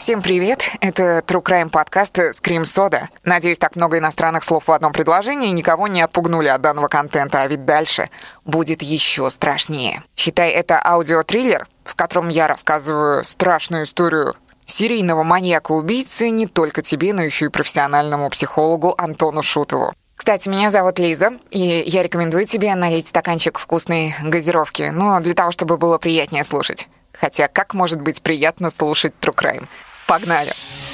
Всем привет, это True Crime подкаст Scream Soda. Надеюсь, так много иностранных слов в одном предложении никого не отпугнули от данного контента, а ведь дальше будет еще страшнее. Считай, это аудиотриллер, в котором я рассказываю страшную историю серийного маньяка-убийцы не только тебе, но еще и профессиональному психологу Антону Шутову. Кстати, меня зовут Лиза, и я рекомендую тебе налить стаканчик вкусной газировки, для того, чтобы было приятнее слушать. Хотя как может быть приятно слушать True Crime? Погнали!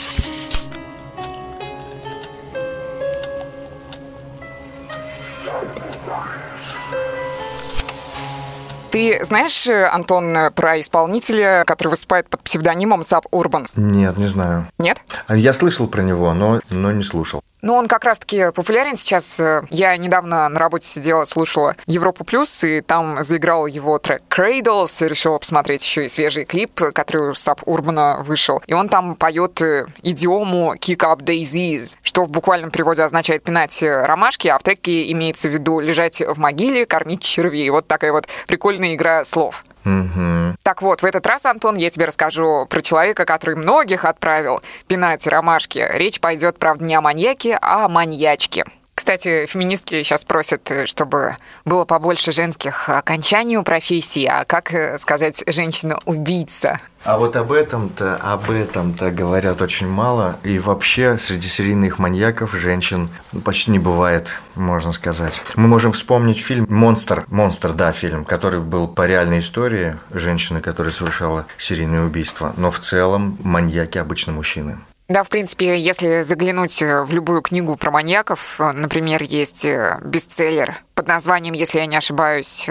Ты знаешь, Антон, про исполнителя, который выступает под псевдонимом Саб Урбан? Нет, не знаю. Нет? Я слышал про него, но не слушал. Он как раз-таки популярен сейчас. Я недавно на работе сидела, слушала Европу Плюс, и там заиграл его трек Cradles, решила посмотреть еще и свежий клип, который у Саб Урбана вышел. И он там поет идиому kick up daisies, что в буквальном переводе означает пинать ромашки, а в треке имеется в виду лежать в могиле, кормить червей. Вот такая вот прикольная игра слов. Угу. Так вот, в этот раз, Антон, я тебе расскажу про человека, который многих отправил пинать ромашки. Речь пойдет, правда, не о маньяке, а о маньячке. Кстати, феминистки сейчас просят, чтобы было побольше женских окончаний у профессии, а как сказать женщина-убийца? А вот об этом-то говорят очень мало, и вообще среди серийных маньяков женщин почти не бывает, можно сказать. Мы можем вспомнить фильм «Монстр», фильм, который был по реальной истории женщины, которая совершала серийное убийство, но в целом маньяки обычно мужчины. Да, в принципе, если заглянуть в любую книгу про маньяков, например, есть бестселлер под названием, если я не ошибаюсь,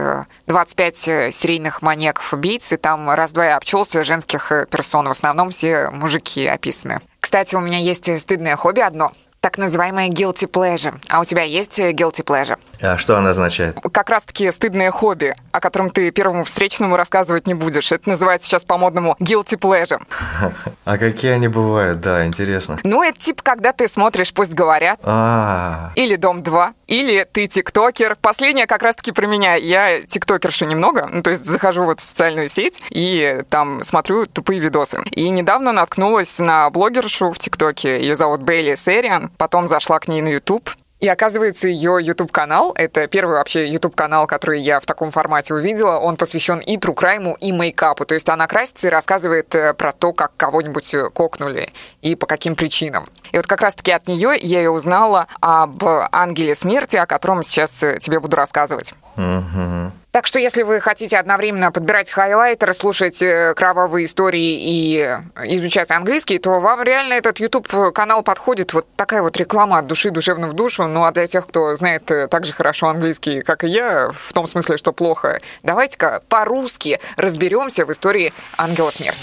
«25 серийных маньяков-убийц», и там раз-два и обчелся женских персон, в основном все мужики описаны. Кстати, у меня есть стыдное хобби одно, так называемое guilty pleasure. А у тебя есть guilty pleasure? А что она означает? Как раз-таки стыдное хобби, о котором ты первому встречному рассказывать не будешь. Это называется сейчас по-модному guilty pleasure. А какие они бывают? Да, интересно. Это типа, когда ты смотришь «Пусть говорят», или «Дом-2», или ты тиктокер. Последнее как раз-таки про меня. Я тиктокерша немного, то есть захожу в эту социальную сеть и там смотрю тупые видосы. И недавно наткнулась на блогершу в тиктоке. Ее зовут Бейли Сэриан. Потом зашла к ней на YouTube. И оказывается, ее YouTube-канал, это первый вообще YouTube-канал, который я в таком формате увидела, он посвящен и True Crime, и мейкапу. То есть она красится и рассказывает про то, как кого-нибудь кокнули и по каким причинам. И вот как раз-таки от нее я и узнала об ангеле смерти, о котором сейчас тебе буду рассказывать. Угу. Так что, если вы хотите одновременно подбирать хайлайтеры, слушать кровавые истории и изучать английский, то вам реально этот YouTube-канал подходит. Вот такая вот реклама от души, душевно в душу. А для тех, кто знает так же хорошо английский, как и я, в том смысле, что плохо, давайте-ка по-русски разберемся в истории ангела смерти.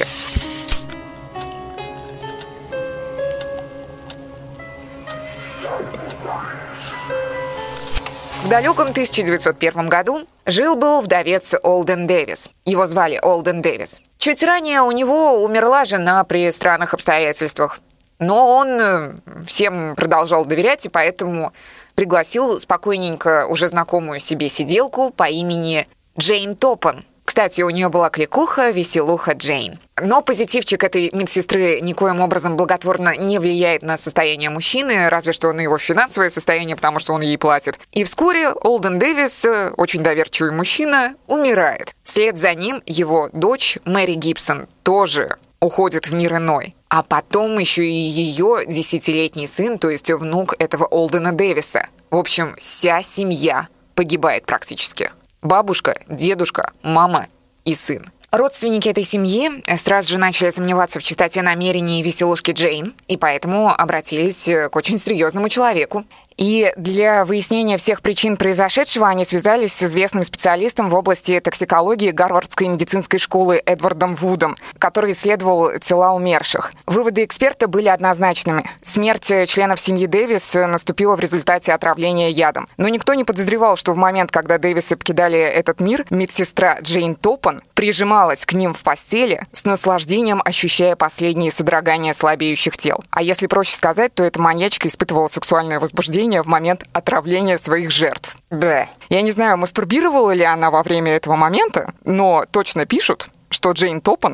В далеком 1901 году жил-был вдовец Олден Дэвис. Его звали Олден Дэвис. Чуть ранее у него умерла жена при странных обстоятельствах. Но он всем продолжал доверять, и поэтому пригласил спокойненько уже знакомую себе сиделку по имени Джейн Топпан. Кстати, у нее была кликуха, веселуха Джейн. Но позитивчик этой медсестры никоим образом благотворно не влияет на состояние мужчины, разве что на его финансовое состояние, потому что он ей платит. И вскоре Олден Дэвис, очень доверчивый мужчина, умирает. Вслед за ним его дочь Мэри Гибсон тоже уходит в мир иной. А потом еще и ее 10-летний сын, то есть внук этого Олдена Дэвиса. В общем, вся семья погибает практически. Бабушка, дедушка, мама и сын. Родственники этой семьи сразу же начали сомневаться в чистоте намерений веселушки Джейн, и поэтому обратились к очень серьезному человеку. И для выяснения всех причин произошедшего они связались с известным специалистом в области токсикологии Гарвардской медицинской школы Эдвардом Вудом, который исследовал тела умерших. Выводы эксперта были однозначными. Смерть членов семьи Дэвис наступила в результате отравления ядом. Но никто не подозревал, что в момент, когда Дэвисы покидали этот мир, медсестра Джейн Топпан прижималась к ним в постели, с наслаждением ощущая последние содрогания слабеющих тел. А если проще сказать, то эта маньячка испытывала сексуальное возбуждение в момент отравления своих жертв. Бэ. Я не знаю, мастурбировала ли она во время этого момента, но точно пишут, что Джейн Топпан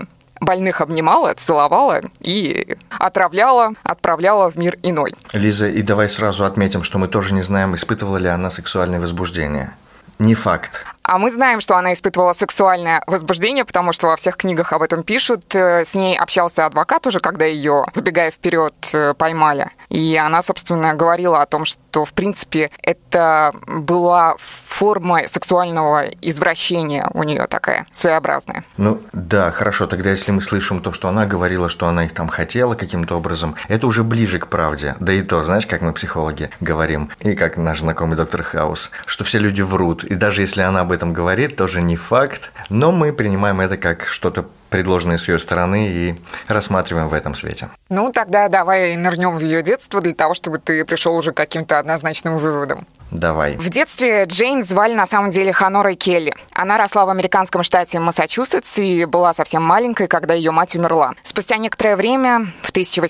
больных обнимала, целовала и отправляла в мир иной. Лиза, и давай сразу отметим, что мы тоже не знаем, испытывала ли она сексуальное возбуждение. Не факт. А мы знаем, что она испытывала сексуальное возбуждение, потому что во всех книгах об этом пишут. С ней общался адвокат уже, когда ее, забегая вперед, поймали. И она, собственно, говорила о том, что, в принципе, это была форма сексуального извращения у нее такая, своеобразная. Ну, да, хорошо. Тогда если мы слышим то, что она говорила, что она их там хотела каким-то образом, это уже ближе к правде. Да и то, знаешь, как мы, психологи, говорим, и как наш знакомый доктор Хаус, что все люди врут. И даже если она об этом говорит, тоже не факт, но мы принимаем это как что-то предложенное с ее стороны и рассматриваем в этом свете. Ну, тогда давай нырнем в ее детство для того, чтобы ты пришел уже к каким-то однозначным выводам. Давай. В детстве Джейн звали на самом деле Ханорой Келли. Она росла в американском штате Массачусетс и была совсем маленькой, когда ее мать умерла. Спустя некоторое время, в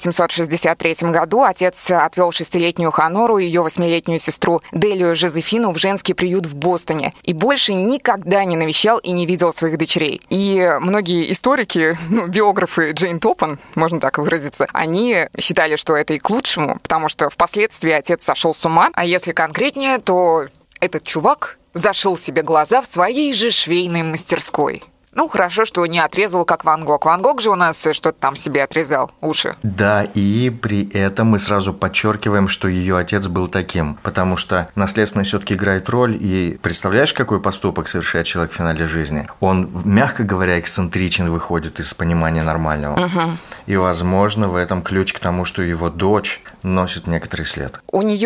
1863 году, отец отвел 6-летнюю Ханору и ее 8-летнюю сестру Делию Жозефину в женский приют в Бостоне и больше никогда не навещал и не видел своих дочерей. И многие историки, биографы Джейн Топан, можно так выразиться, они считали, что это и к лучшему, потому что впоследствии отец сошел с ума, а если конкретнее, то этот чувак зашил себе глаза в своей же швейной мастерской. Ну, хорошо, что не отрезал, как Ван Гог. Ван Гог же у нас что-то там себе отрезал, уши. Да, и при этом мы сразу подчеркиваем, что ее отец был таким, потому что наследственность все-таки играет роль, и представляешь, какой поступок совершает человек в финале жизни? Он, мягко говоря, эксцентричен выходит из понимания нормального. Угу. И, возможно, в этом ключ к тому, что его дочь носит некоторый след. У нее,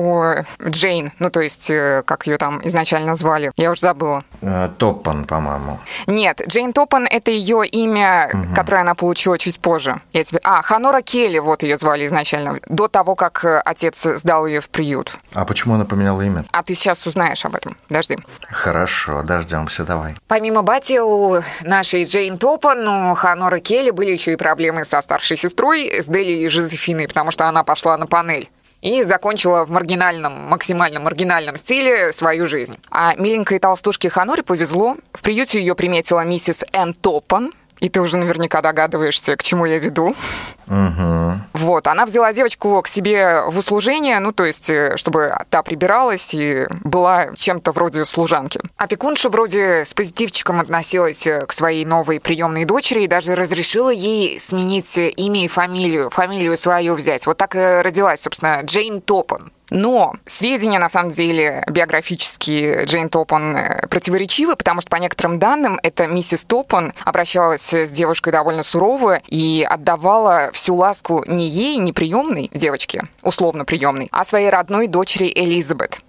у Джейн, то есть, как ее там изначально звали, я уже забыла. Топпан, по-моему. Нет, Джейн Топан — это ее имя, которое она получила чуть позже. Ханора Келли, вот ее звали изначально, до того, как отец сдал ее в приют. А почему она поменяла имя? А ты сейчас узнаешь об этом. Дожди. Хорошо, дождемся, давай. Помимо бати, у нашей Джейн Топан, у Ханоры Келли были еще и проблемы со старшей сестрой, с Делией Жозефиной, потому что она пошла на панель и закончила в максимально маргинальном стиле свою жизнь. А миленькой толстушке Ханоре повезло. В приюте ее приметила миссис Энн Топан. И ты уже наверняка догадываешься, к чему я веду. Угу. Вот, она взяла девочку к себе в услужение, то есть, чтобы та прибиралась и была чем-то вроде служанки. Опекунша вроде с позитивчиком относилась к своей новой приемной дочери и даже разрешила ей сменить имя и фамилию свою взять. Вот так и родилась, собственно, Джейн Топан. Но сведения, на самом деле, биографические Джейн Топан противоречивы, потому что, по некоторым данным, эта миссис Топан обращалась с девушкой довольно сурово и отдавала всю ласку не ей, не приемной девочке, условно приемной, а своей родной дочери Элизабет.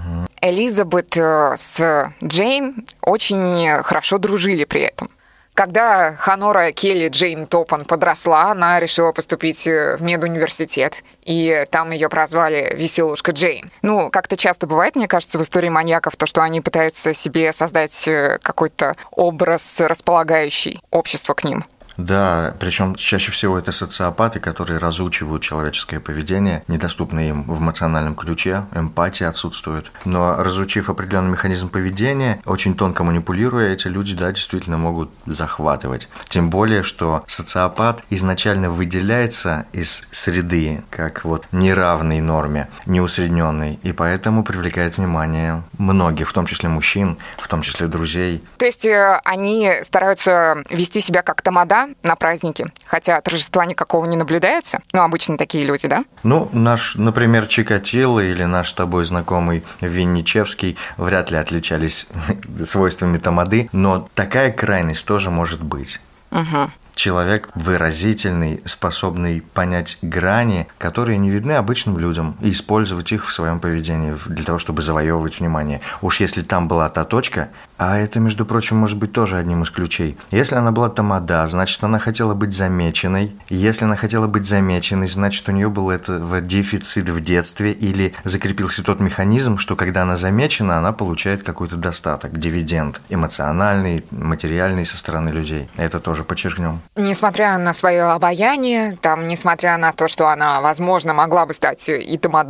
Элизабет с Джейн очень хорошо дружили при этом. Когда Ханора Келли Джейн Топан подросла, она решила поступить в медуниверситет, и там ее прозвали «Веселушка Джейн». Как-то часто бывает, мне кажется, в истории маньяков, то, что они пытаются себе создать какой-то образ, располагающий общество к ним. Да, причем чаще всего это социопаты, которые разучивают человеческое поведение, недоступное им в эмоциональном ключе, эмпатия отсутствует. Но разучив определенный механизм поведения, очень тонко манипулируя, эти люди, да, действительно могут захватывать. Тем более, что социопат изначально выделяется из среды как неравной норме, неусредненной, и поэтому привлекает внимание многих, в том числе мужчин, в том числе друзей. То есть они стараются вести себя как тамада на празднике, хотя торжества никакого не наблюдается. Обычно такие люди, да? Наш, например, Чикатило или наш с тобой знакомый Винничевский вряд ли отличались свойствами тамады, но такая крайность тоже может быть. Угу. Человек выразительный, способный понять грани, которые не видны обычным людям, и использовать их в своем поведении для того, чтобы завоевывать внимание. Уж если там была та точка, а это, между прочим, может быть тоже одним из ключей. Если она была тамада, значит, она хотела быть замеченной. Если она хотела быть замеченной, значит, у нее был дефицит в детстве, или закрепился тот механизм, что когда она замечена, она получает какой-то достаток, дивиденд эмоциональный, материальный со стороны людей. Это тоже подчеркнем. Несмотря на свое обаяние, несмотря на то, что она, возможно, могла бы стать и тамадой,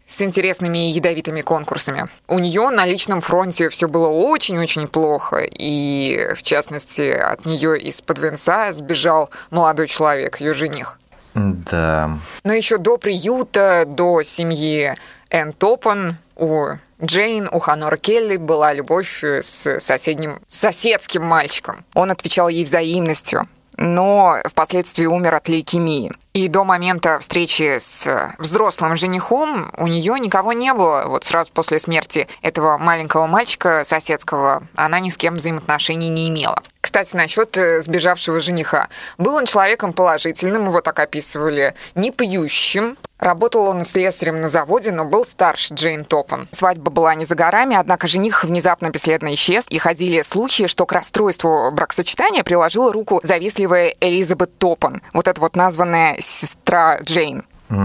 с интересными и ядовитыми конкурсами. У нее на личном фронте все было очень-очень плохо, и, в частности, от нее из-под венца сбежал молодой человек, ее жених. Да. Но еще до приюта, до семьи Энн Топпан, у Джейн, у Ханоры Келли была любовь с соседским мальчиком. Он отвечал ей взаимностью, но впоследствии умер от лейкемии. И до момента встречи с взрослым женихом у нее никого не было. Вот сразу после смерти этого маленького мальчика соседского она ни с кем взаимоотношений не имела. Кстати, насчет сбежавшего жениха. Был он человеком положительным, его так описывали, не пьющим. Работал он слесарем на заводе, но был старше Джейн Топпан. Свадьба была не за горами, однако жених внезапно бесследно исчез, и ходили слухи, что к расстройству бракосочетания приложила руку завистливая Элизабет Топпан, вот эта вот названная сестра Джейн.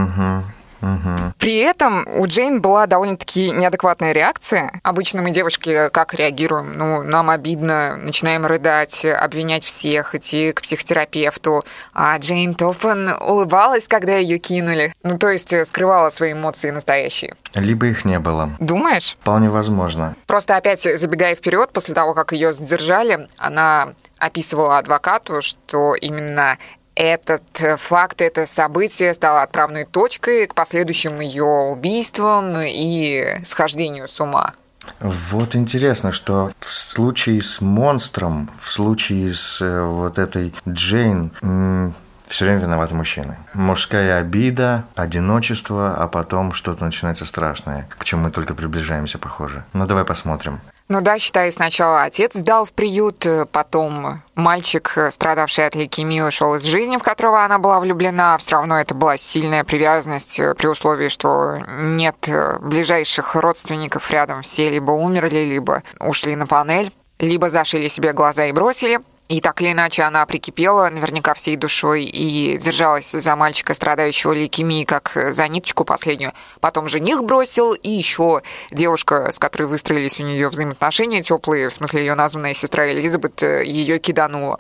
При этом у Джейн была довольно-таки неадекватная реакция. Обычно мы, девушки, как реагируем? Ну, нам обидно, начинаем рыдать, обвинять всех, идти к психотерапевту. А Джейн Топпан улыбалась, когда ее кинули. Ну, то есть скрывала свои эмоции настоящие. Либо их не было. Думаешь? Вполне возможно. Просто опять забегая вперед, после того, как ее задержали, она описывала адвокату, что именно этот факт, это событие стало отправной точкой к последующим ее убийствам и схождению с ума. Вот интересно, что в случае с монстром, в случае с вот этой Джейн, все время виноваты мужчины. Мужская обида, одиночество, а потом что-то начинается страшное, к чему мы только приближаемся, похоже. Ну, давай посмотрим. Ну да, считай, сначала отец сдал в приют, потом мальчик, страдавший от лейкемии, ушел из жизни, в которого она была влюблена. Все равно это была сильная привязанность, при условии, что нет ближайших родственников рядом. Все либо умерли, либо ушли на панель, либо зашили себе глаза и бросили. И так или иначе она прикипела наверняка всей душой и держалась за мальчика, страдающего лейкемией, как за ниточку последнюю. Потом жених бросил, и еще девушка, с которой выстроились у нее взаимоотношения теплые, в смысле ее названная сестра Элизабет, ее киданула.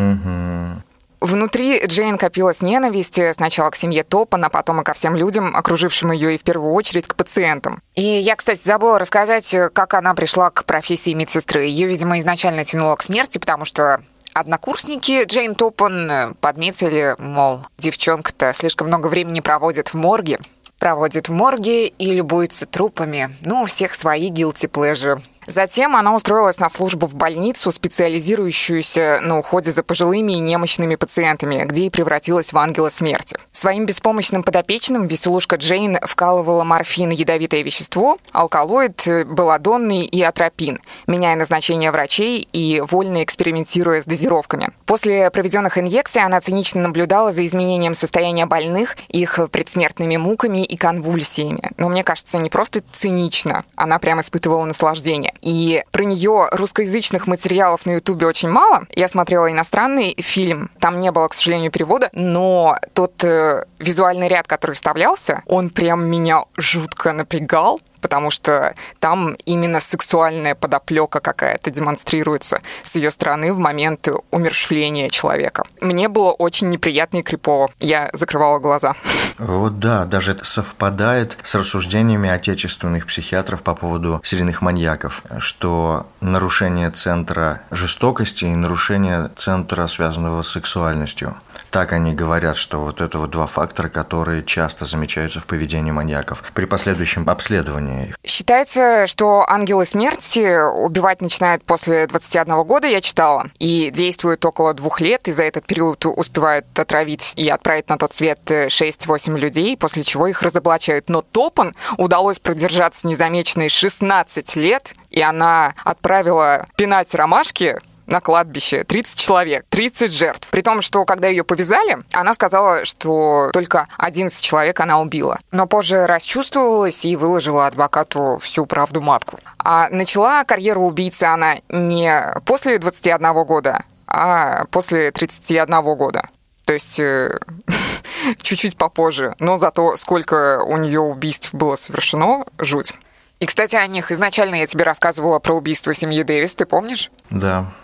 Внутри Джейн копилась ненависть сначала к семье Топпан, а потом и ко всем людям, окружившим ее, и в первую очередь к пациентам. И я, кстати, забыла рассказать, как она пришла к профессии медсестры. Ее, видимо, изначально тянуло к смерти, потому что однокурсники Джейн Топпан подметили, мол, девчонка-то слишком много времени проводит в морге. Проводит в морге и любуется трупами. Ну, у всех свои guilty pleasure. Затем она устроилась на службу в больницу, специализирующуюся на уходе за пожилыми и немощными пациентами, где и превратилась в ангела смерти. Своим беспомощным подопечным веселушка Джейн вкалывала морфин, ядовитое вещество, алкалоид, белладонный и атропин, меняя назначение врачей и вольно экспериментируя с дозировками. После проведенных инъекций она цинично наблюдала за изменением состояния больных, их предсмертными муками и конвульсиями. Но мне кажется, не просто цинично, она прямо испытывала наслаждение. И про нее русскоязычных материалов на Ютубе очень мало. Я смотрела иностранный фильм, там не было, к сожалению, перевода, но тот визуальный ряд, который вставлялся, он прям меня жутко напрягал, потому что там именно сексуальная подоплека какая-то демонстрируется с ее стороны в момент умерщвления человека. Мне было очень неприятно и крипово. Я закрывала глаза. Вот да, даже это совпадает с рассуждениями отечественных психиатров по поводу серийных маньяков, что нарушение центра жестокости и нарушение центра, связанного с сексуальностью. Так они говорят, что вот это вот два фактора, которые часто замечаются в поведении маньяков при последующем обследовании. Считается, что ангелы смерти убивать начинают после 21 года, я читала, и действуют около 2 лет, и за этот период успевают отравить и отправить на тот свет 6-8 людей, после чего их разоблачают. Но Топпан удалось продержаться незамеченной 16 лет, и она отправила пинать ромашки на кладбище 30 человек, 30 жертв. При том, что когда ее повязали, она сказала, что только 11 человек она убила. Но позже расчувствовалась и выложила адвокату всю правду матку. А начала карьеру убийцы она не после 21 года, а после 31 года. То есть чуть-чуть попозже. Но зато сколько у нее убийств было совершено, жуть. И, кстати, о них изначально я тебе рассказывала про убийство семьи Дэвис, ты помнишь? Да.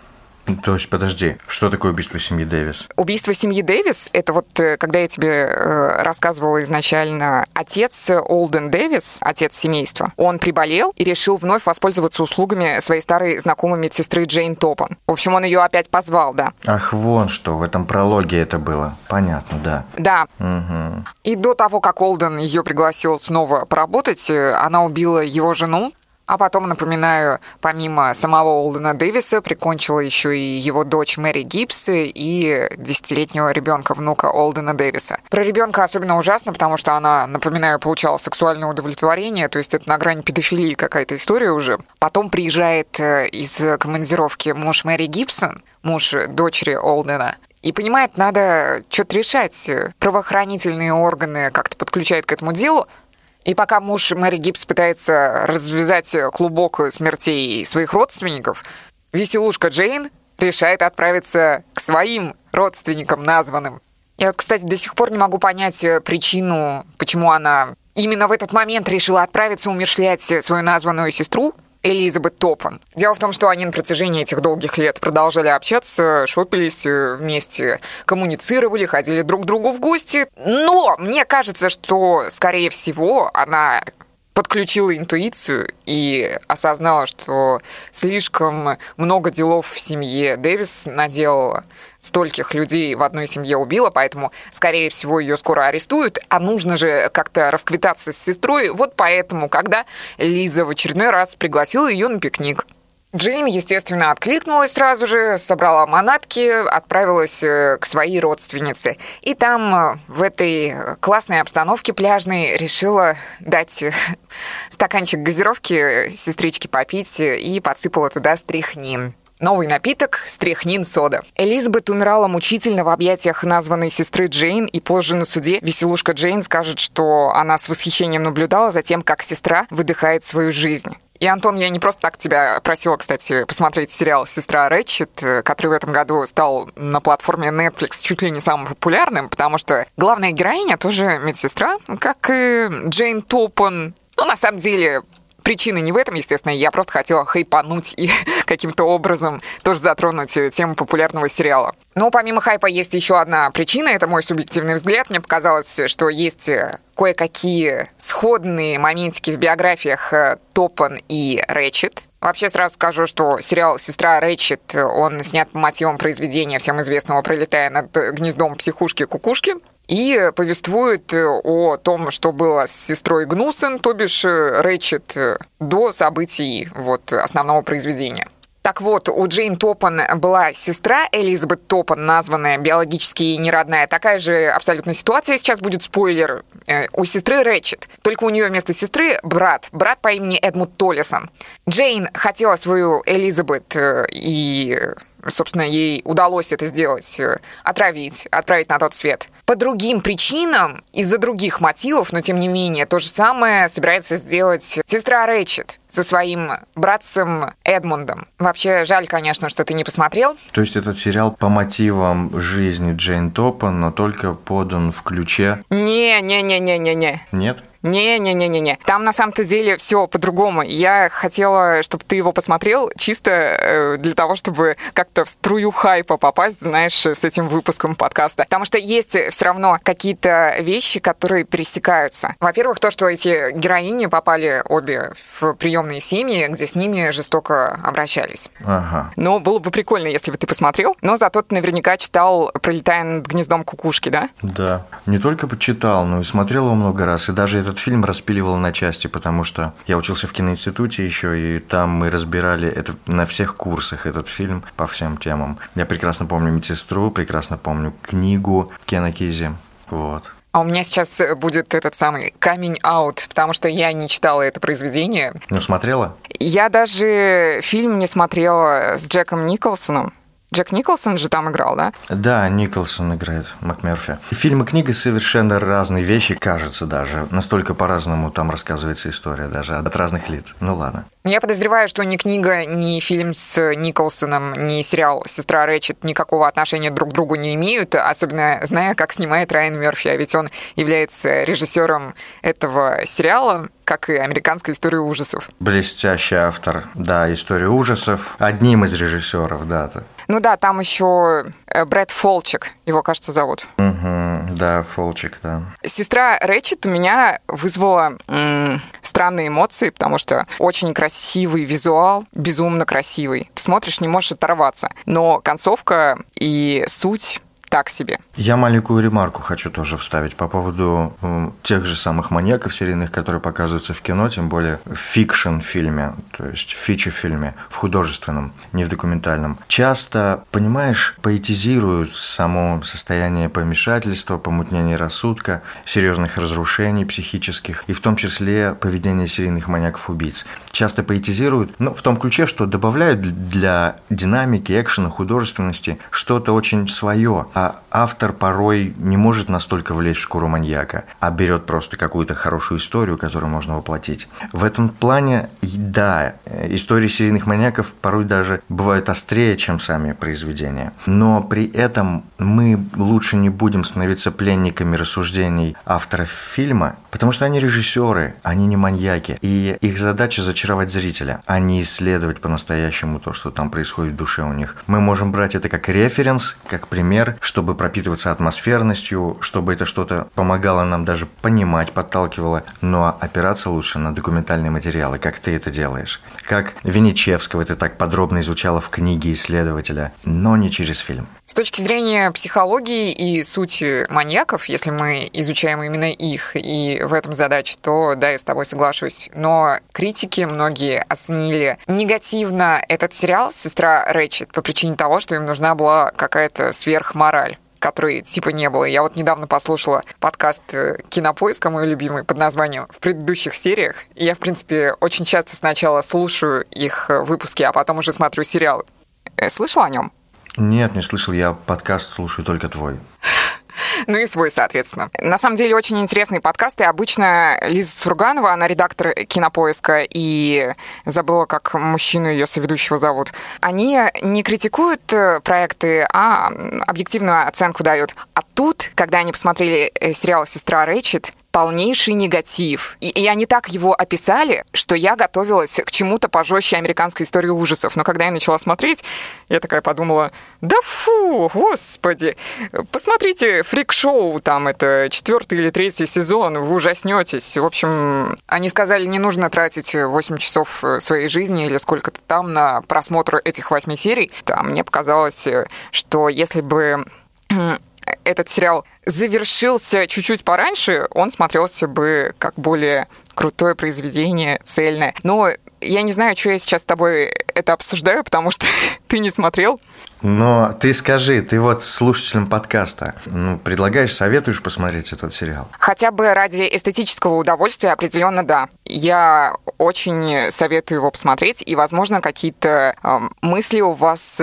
То есть, подожди, что такое убийство семьи Дэвис? Убийство семьи Дэвис — это вот, когда я тебе рассказывала изначально, отец Олден Дэвис, отец семейства, он приболел и решил вновь воспользоваться услугами своей старой знакомой медсестры Джейн Топан. В общем, он ее опять позвал, да. Ах, вон что, в этом прологе это было. Понятно, да. Да. Угу. И до того, как Олден ее пригласил снова поработать, она убила его жену. А потом, напоминаю, помимо самого Олдена Дэвиса, прикончила еще и его дочь Мэри Гибс и 10-летнего ребенка, внука Олдена Дэвиса. Про ребенка особенно ужасно, потому что она, напоминаю, получала сексуальное удовлетворение, то есть это на грани педофилии какая-то история уже. Потом приезжает из командировки муж Мэри Гибсон, муж дочери Олдена, и понимает, надо что-то решать. Правоохранительные органы как-то подключают к этому делу. И пока муж Мэри Гибс пытается развязать клубок смертей своих родственников, веселушка Джейн решает отправиться к своим родственникам названным. Я вот, кстати, до сих пор не могу понять причину, почему она именно в этот момент решила отправиться умерщвлять свою названную сестру Элизабет Топан. Дело в том, что они на протяжении этих долгих лет продолжали общаться, шопились вместе, коммуницировали, ходили друг к другу в гости. Но мне кажется, что, скорее всего, она подключила интуицию и осознала, что слишком много делов в семье Дэвис наделала, стольких людей в одной семье убила, поэтому, скорее всего, ее скоро арестуют, а нужно же как-то расквитаться с сестрой. Вот поэтому, когда Лиза в очередной раз пригласила ее на пикник, Джейн, естественно, откликнулась сразу же, собрала манатки, отправилась к своей родственнице. И там, в этой классной обстановке пляжной, решила дать стаканчик газировки сестричке попить и подсыпала туда стрихнин. Новый напиток – стрихнин-сода. Элизабет умирала мучительно в объятиях названной сестры Джейн, и позже на суде веселушка Джейн скажет, что она с восхищением наблюдала за тем, как сестра выдыхает свою жизнь. И, Антон, я не просто так тебя просила, кстати, посмотреть сериал «Сестра Рэтчет», который в этом году стал на платформе Netflix чуть ли не самым популярным, потому что главная героиня тоже медсестра, как и Джейн Топан. Ну, на самом деле, причина не в этом, естественно, я просто хотела хайпануть и каким-то образом тоже затронуть тему популярного сериала. Но помимо хайпа есть еще одна причина, это мой субъективный взгляд. Мне показалось, что есть кое-какие сходные моментики в биографиях Топан и Рэтчет. Вообще сразу скажу, что сериал «Сестра Рэтчет», он снят по мотивам произведения всем известного «Пролетая над гнездом психушки-кукушки». И повествует о том, что было с сестрой Гнусен, то бишь Рэтчет, до событий основного произведения. Так вот, у Джейн Топан была сестра Элизабет Топан, названная биологически неродная. Такая же абсолютно ситуация, сейчас будет спойлер, у сестры Рэтчет. Только у нее вместо сестры брат по имени Эдмунд Толлисон. Джейн хотела свою Элизабет и... Собственно, ей удалось это сделать, отравить, отправить на тот свет. По другим причинам, из-за других мотивов, но тем не менее, то же самое собирается сделать сестра Рэтчет со своим братцем Эдмундом. Вообще, жаль, конечно, что ты не посмотрел. То есть этот сериал по мотивам жизни Джейн Топан, но только подан в ключе... Не-не-не-не-не-не. Нет? Не-не-не-не-не. Там на самом-то деле все по-другому. Я хотела, чтобы ты его посмотрел чисто для того, чтобы как-то в струю хайпа попасть, знаешь, с этим выпуском подкаста. Потому что есть все равно какие-то вещи, которые пересекаются. Во-первых, то, что эти героини попали обе в приемные семьи, где с ними жестоко обращались. Ага. Ну, было бы прикольно, если бы ты посмотрел. Но зато ты наверняка читал «Пролетая над гнездом кукушки», да? Да. Не только почитал, но и смотрел его много раз. И даже этот фильм распиливал на части, потому что я учился в киноинституте еще, и там мы разбирали это на всех курсах, этот фильм по всем темам. Я прекрасно помню «Медсестру», прекрасно помню книгу Кена Кизи. Вот. А у меня сейчас будет этот самый coming out, потому что я не читала это произведение. Ну, смотрела? Я даже фильм не смотрела с Джеком Николсоном. Джек Николсон же там играл, да? Да, Николсон играет МакМерфи. Фильм и книга совершенно разные вещи, кажется даже. Настолько по-разному там рассказывается история, даже от разных лиц. Ну ладно. Я подозреваю, что ни книга, ни фильм с Николсоном, ни сериал «Сестра Рэтчет» никакого отношения друг к другу не имеют, особенно зная, как снимает Райан Мерфи, а ведь он является режиссером этого сериала, как и «Американской истории ужасов». Блестящий автор, да, «Историю ужасов», одним из режиссеров, да. Ну да, там еще Брэд Фолчек, его, кажется, зовут. Да, Фолчек, да. Сестра Рэтчет у меня вызвала странные эмоции, потому что очень красивый визуал, безумно красивый. Ты смотришь, не можешь оторваться. Но концовка и суть так себе. Я маленькую ремарку хочу тоже вставить по поводу тех же самых маньяков серийных, которые показываются в кино, тем более в фикшн-фильме, то есть в фичи-фильме, в художественном, не в документальном. Часто, понимаешь, поэтизируют само состояние помешательства, помутнения рассудка, серьезных разрушений психических, и в том числе поведение серийных маньяков-убийц. Часто поэтизируют, в том ключе, что добавляют для динамики, экшена, художественности что-то очень свое, а автор порой не может настолько влезть в шкуру маньяка, а берет просто какую-то хорошую историю, которую можно воплотить. В этом плане, да, истории серийных маньяков порой даже бывают острее, чем сами произведения. Но при этом мы лучше не будем становиться пленниками рассуждений авторов фильма, потому что они режиссеры, они не маньяки. И их задача зачаровать зрителя, а не исследовать по-настоящему то, что там происходит в душе у них. Мы можем брать это как референс, как пример, чтобы пропитываться атмосферностью, чтобы это что-то помогало нам даже понимать, подталкивало. Но опираться лучше на документальные материалы, как ты это делаешь. Как Винничевского ты так подробно изучала в книге исследователя, но не через фильм. С точки зрения психологии и сути маньяков, если мы изучаем именно их, и в этом задача, то да, я с тобой соглашусь. Но критики многие оценили негативно этот сериал «Сестра Рэтчет» по причине того, что им нужна была какая-то сверхмораль, которой типа не было. Я вот недавно послушала подкаст «Кинопоиска», мой любимый, под названием «В предыдущих сериях». И я, в принципе, очень часто сначала слушаю их выпуски, а потом уже смотрю сериал. Слышала о нем? Нет, не слышал. Я подкаст слушаю только твой. Ну и свой, соответственно. На самом деле, очень интересные подкасты. Обычно Лиза Сурганова, она редактор «Кинопоиска», и забыла, как мужчину ее соведущего зовут. Они не критикуют проекты, а объективную оценку дают. А тут, когда они посмотрели сериал «Сестра Рэтчет», полнейший негатив. И они так его описали, что я готовилась к чему-то пожестче американской истории ужасов. Но когда я начала смотреть, я такая подумала, да фу, господи, посмотрите фрик-шоу, там это 4-й или 3-й сезон, вы ужаснетесь. В общем, они сказали, не нужно тратить 8 часов своей жизни или сколько-то там на просмотр этих 8 серий. Там мне показалось, что если бы этот сериал завершился чуть-чуть пораньше, он смотрелся бы как более крутое произведение, цельное. Но я не знаю, что я сейчас с тобой это обсуждаю, потому что ты не смотрел. Но ты скажи, ты вот слушателям подкаста предлагаешь, советуешь посмотреть этот сериал? Хотя бы ради эстетического удовольствия определенно да. Я очень советую его посмотреть, и, возможно, какие-то мысли у вас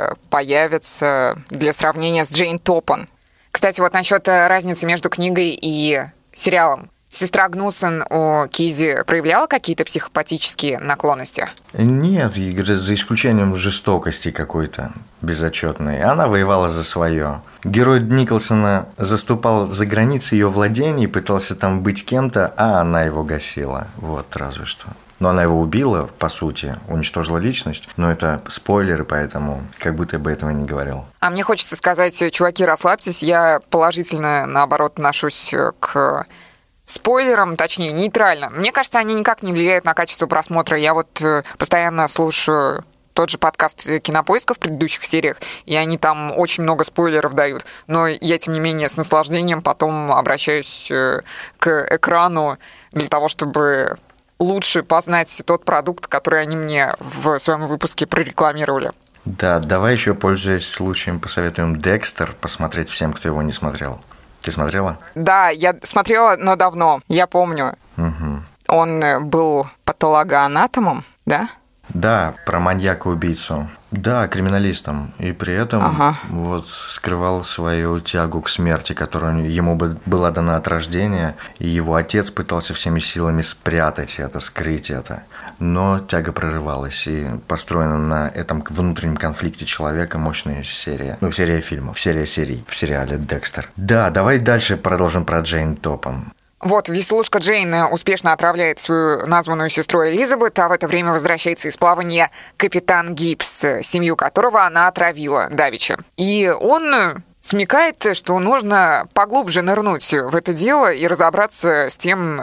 появятся для сравнения с Джейн Топан. Кстати, вот насчет разницы между книгой и сериалом. Сестра Гнусон у Кизи проявляла какие-то психопатические наклонности? Нет, за исключением жестокости какой-то безотчетной. Она воевала за свое. Герой Николсона заступал за границы ее владений, пытался там быть кем-то, а она его гасила. Вот разве что. Но она его убила, по сути, уничтожила личность. Но это спойлеры, поэтому как будто бы этого не говорил. А мне хочется сказать, чуваки, расслабьтесь. Я положительно, наоборот, отношусь к спойлерам, точнее, нейтрально. Мне кажется, они никак не влияют на качество просмотра. Я вот постоянно слушаю тот же подкаст «Кинопоиска» в предыдущих сериях, и они там очень много спойлеров дают. Но я, тем не менее, с наслаждением потом обращаюсь к экрану для того, чтобы лучше познать тот продукт, который они мне в своем выпуске прорекламировали. Да, давай еще, пользуясь случаем, посоветуем «Декстер» посмотреть всем, кто его не смотрел. Ты смотрела? Да, я смотрела, но давно, я помню. Угу. Он был патологоанатомом, да? Да, про маньяка-убийцу. Да, криминалистом. И при этом вот скрывал свою тягу к смерти, которая ему была дана от рождения. И его отец пытался всеми силами спрятать это, скрыть это. Но тяга прорывалась. И построена на этом внутреннем конфликте человека мощная серия. Серия фильмов, серия серий в сериале «Декстер». Да, давай дальше продолжим про Джейн Топан. Вот, веселушка Джейн успешно отравляет свою названную сестру Элизабет, а в это время возвращается из плавания капитан Гибс, семью которого она отравила давеча. И он смекает, что нужно поглубже нырнуть в это дело и разобраться с тем,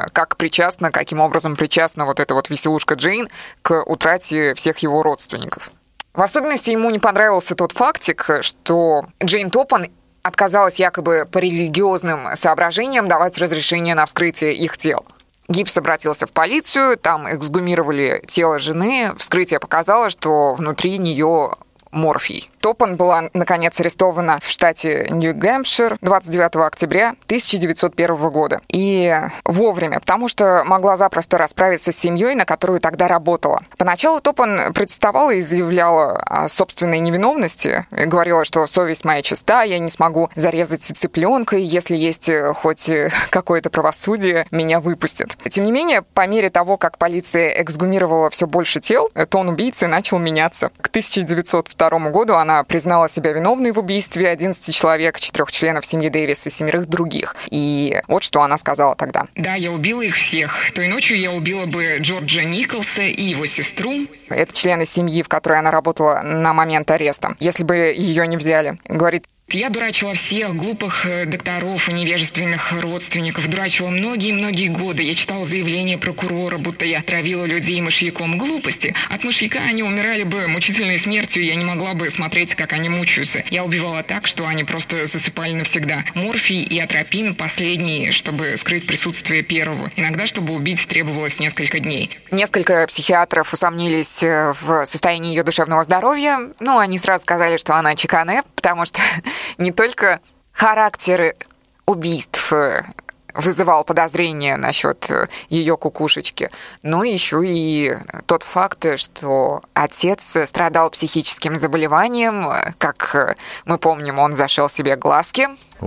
каким образом причастна вот эта вот веселушка Джейн к утрате всех его родственников. В особенности ему не понравился тот фактик, что Джейн Топан отказалась якобы по религиозным соображениям давать разрешение на вскрытие их тел. Гибс обратился в полицию, там эксгумировали тело жены, вскрытие показало, что внутри нее морфий. Топан была, наконец, арестована в штате Нью-Гэмпшир 29 октября 1901 года. И вовремя, потому что могла запросто расправиться с семьей, на которую тогда работала. Поначалу Топан протестовала и заявляла о собственной невиновности. Говорила, что совесть моя чиста, я не смогу зарезать цыпленка, и если есть хоть какое-то правосудие, меня выпустят. Тем не менее, по мере того, как полиция эксгумировала все больше тел, тон убийцы начал меняться. К 1902 году она признала себя виновной в убийстве 11 человек, 4 членов семьи Дэвис и 7 других. И вот что она сказала тогда. Да, я убила их всех. Той ночью я убила бы Джорджа Николса и его сестру. Это члены семьи, в которой она работала на момент ареста. Если бы ее не взяли. Говорит, я дурачила всех глупых докторов и невежественных родственников. Дурачила многие-многие годы. Я читала заявление прокурора, будто я травила людей мышьяком. Глупости. От мышьяка они умирали бы мучительной смертью, я не могла бы смотреть, как они мучаются. Я убивала так, что они просто засыпали навсегда. Морфий и атропин последний, чтобы скрыть присутствие первого. Иногда, чтобы убить, требовалось несколько дней. Несколько психиатров усомнились в состоянии ее душевного здоровья. Они сразу сказали, что она чекане, потому что не только характер убийств вызывал подозрения насчет ее кукушечки, но еще и тот факт, что отец страдал психическим заболеванием. Как мы помним, он зашил себе глазки.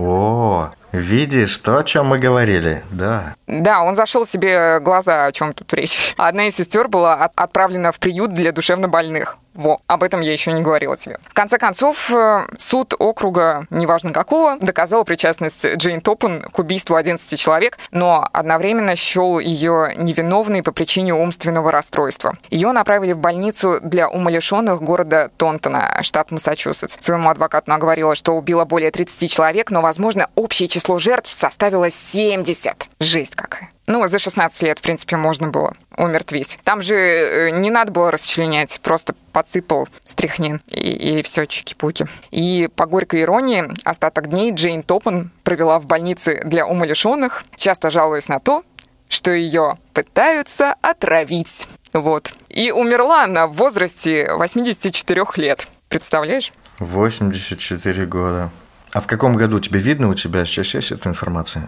О, видишь, то, о чем мы говорили, да. Да, он зашил себе глаза, о чем тут речь. Одна из сестер была отправлена в приют для душевнобольных. Об этом я еще не говорила тебе. В конце концов, суд округа, неважно какого, доказал причастность Джейн Топан к убийству 11 человек, но одновременно счел ее невиновной по причине умственного расстройства. Ее направили в больницу для умалишенных города Тонтона, штат Массачусетс. Своему адвокату она говорила, что убила более 30 человек, но, возможно, общее число жертв составило 70. Жесть какая. За 16 лет, в принципе, можно было умертвить. Там же не надо было расчленять, просто подсыпал стряхнин и все, чики-пуки. И по горькой иронии, остаток дней Джейн Топан провела в больнице для умалишенных, часто жалуясь на то, что ее пытаются отравить. И умерла она в возрасте 84 лет. Представляешь? 84 года. А в каком году тебе видно, у тебя сейчас есть эта информация?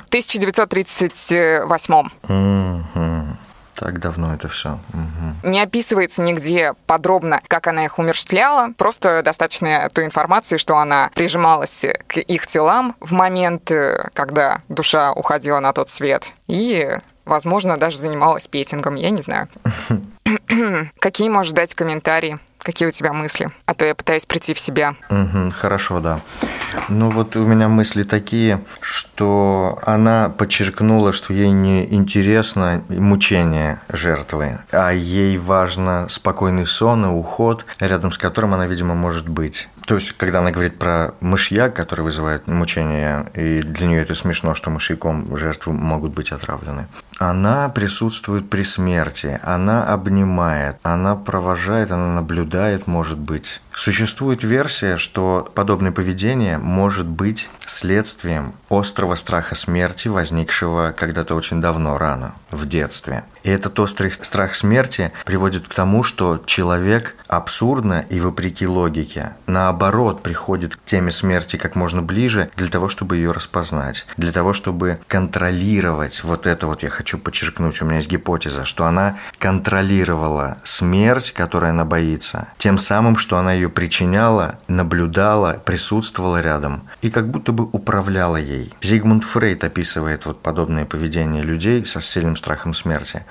1938. Так давно это все. Не описывается нигде подробно, как она их умерщвляла. Просто достаточно той информации, что она прижималась к их телам в момент, когда душа уходила на тот свет. И, возможно, даже занималась петингом, я не знаю. Какие можешь дать комментарии? Какие у тебя мысли? А то я пытаюсь прийти в себя. Хорошо, да. У меня мысли такие, что она подчеркнула, что ей не интересно мучение жертвы, а ей важно спокойный сон и уход, рядом с которым она, видимо, может быть. То есть, когда она говорит про мышьяк, который вызывает мучение, и для нее это смешно, что мышьяком жертвы могут быть отравлены, она присутствует при смерти, она обнимает, она провожает, она наблюдает, может быть. Существует версия, что подобное поведение может быть следствием острого страха смерти, возникшего когда-то очень давно, рано, в детстве. И этот острый страх смерти приводит к тому, что человек абсурдно и вопреки логике, наоборот, приходит к теме смерти как можно ближе для того, чтобы ее распознать, для того, чтобы контролировать я хочу подчеркнуть, у меня есть гипотеза, что она контролировала смерть, которой она боится, тем самым, что она ее причиняла, наблюдала, присутствовала рядом и как будто бы управляла ей. Зигмунд Фрейд описывает подобное поведение людей со сильным страхом смерти.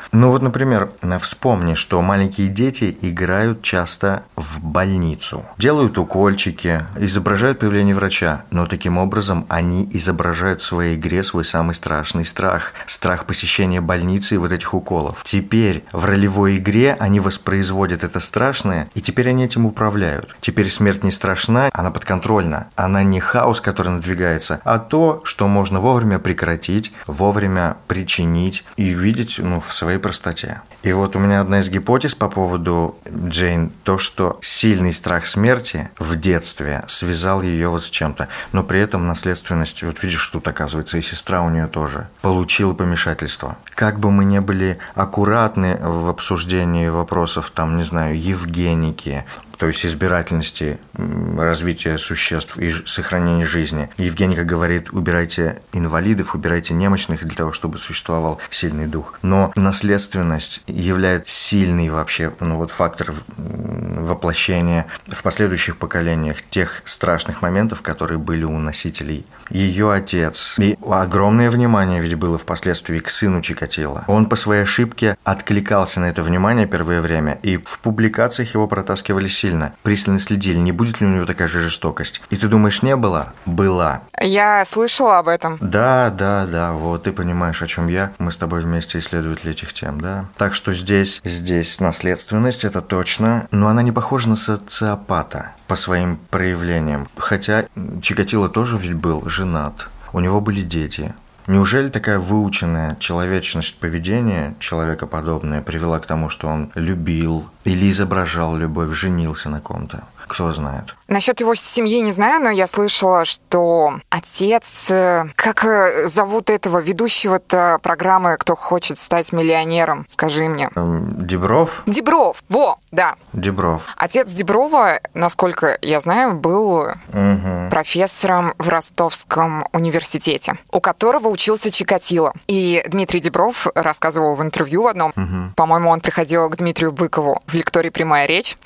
Ну вот, например, вспомни, что маленькие дети играют часто в больницу. Делают укольчики, изображают появление врача, но таким образом они изображают в своей игре свой самый страшный страх. Страх посещения больницы и вот этих уколов. Теперь в ролевой игре они воспроизводят это страшное, и теперь они этим управляют. Теперь смерть не страшна, она подконтрольна. Она не хаос, который надвигается, а то, что можно вовремя прекратить, вовремя причинить и видеть в своей простоте. И вот у меня одна из гипотез по поводу Джейн, то, что сильный страх смерти в детстве связал ее вот с чем-то, но при этом наследственность, вот видишь, тут оказывается и сестра у нее тоже получила помешательство. Как бы мы ни были аккуратны в обсуждении вопросов, там, не знаю, евгеники, то есть избирательности развития существ и сохранения жизни. Евгеника говорит, убирайте инвалидов, убирайте немощных для того, чтобы существовал сильный дух. Но наследственность является сильный вообще фактор воплощения в последующих поколениях тех страшных моментов, которые были у носителей. Ее отец. И огромное внимание ведь было впоследствии к сыну Чикатило. Он по своей ошибке откликался на это внимание первое время, и в публикациях его протаскивали сильно. Пристально следили, не будет ли у него такая же жестокость. И ты думаешь, не было? Была. Я слышала об этом. Да, вот ты понимаешь, о чем я. Мы с тобой вместе исследователи этих тем, да. Так что здесь наследственность, это точно, но она не похожа на социопата по своим проявлениям. Хотя Чикатило тоже ведь был женат, у него были дети. Неужели такая выученная человечность поведения, человекоподобная, привела к тому, что он любил или изображал любовь, женился на ком-то? Кто знает. Насчет его семьи не знаю, но я слышала, что отец... Как зовут этого ведущего-то программы «Кто хочет стать миллионером»? Скажи мне. Дибров? Дибров, да. Дибров. Отец Диброва, насколько я знаю, был профессором в Ростовском университете, у которого учился Чикатило. И Дмитрий Дибров рассказывал в интервью в одном, по-моему, он приходил к Дмитрию Быкову в лектории «Прямая речь»,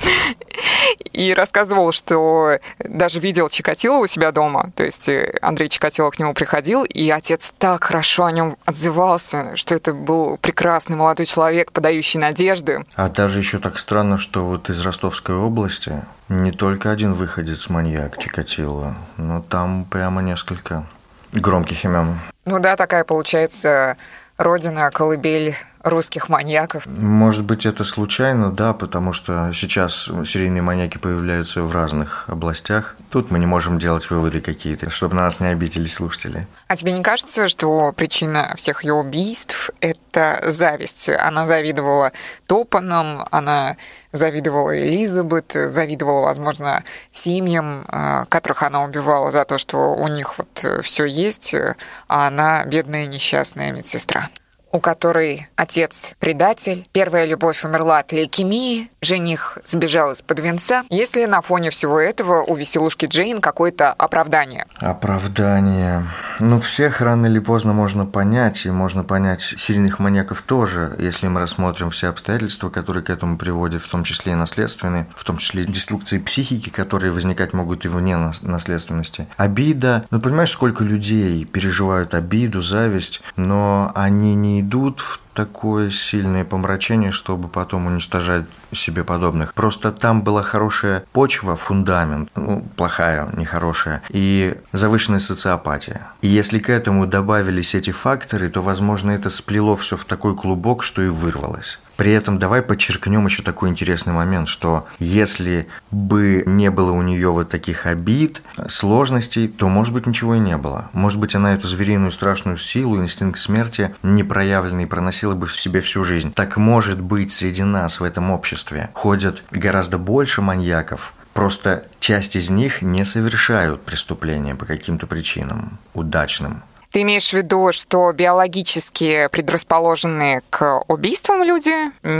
и рассказывал, что даже видел Чикатило у себя дома. То есть Андрей Чикатило к нему приходил, и отец так хорошо о нем отзывался, что это был прекрасный молодой человек, подающий надежды. А даже еще так странно, что вот из Ростовской области не только один выходец-маньяк Чикатило, но там прямо несколько громких имен. Ну да, такая получается родина, колыбель русских маньяков. Может быть, это случайно, да, потому что сейчас серийные маньяки появляются в разных областях. Тут мы не можем делать выводы какие-то, чтобы на нас не обиделись слушатели. А тебе не кажется, что причина всех ее убийств – это зависть? Она завидовала Топанам, она завидовала Элизабет, завидовала, возможно, семьям, которых она убивала за то, что у них вот все есть, а она бедная несчастная медсестра, у которой отец предатель, первая любовь умерла от лейкемии, жених сбежал из-под венца. Есть ли на фоне всего этого у веселушки Джейн какое-то оправдание? Оправдание. Всех рано или поздно можно понять, и можно понять серийных маньяков тоже, если мы рассмотрим все обстоятельства, которые к этому приводят, в том числе и наследственные, в том числе и деструкции психики, которые возникать могут и вне наследственности. Обида. Понимаешь, сколько людей переживают обиду, зависть, но они не идут в такое сильное помрачение, чтобы потом уничтожать себе подобных. Просто там была хорошая почва, фундамент, плохая, нехорошая, и завышенная социопатия. И если к этому добавились эти факторы, то, возможно, это сплело все в такой клубок, что и вырвалось. При этом давай подчеркнем еще такой интересный момент, что если бы не было у нее вот таких обид, сложностей, то, может быть, ничего и не было. Может быть, она эту звериную страшную силу, инстинкт смерти, непроявленный, проносила бы в себе всю жизнь. Так, может быть, среди нас в этом обществе ходят гораздо больше маньяков, просто часть из них не совершают преступления по каким-то причинам удачным. Ты имеешь в виду, что биологически предрасположенные к убийствам люди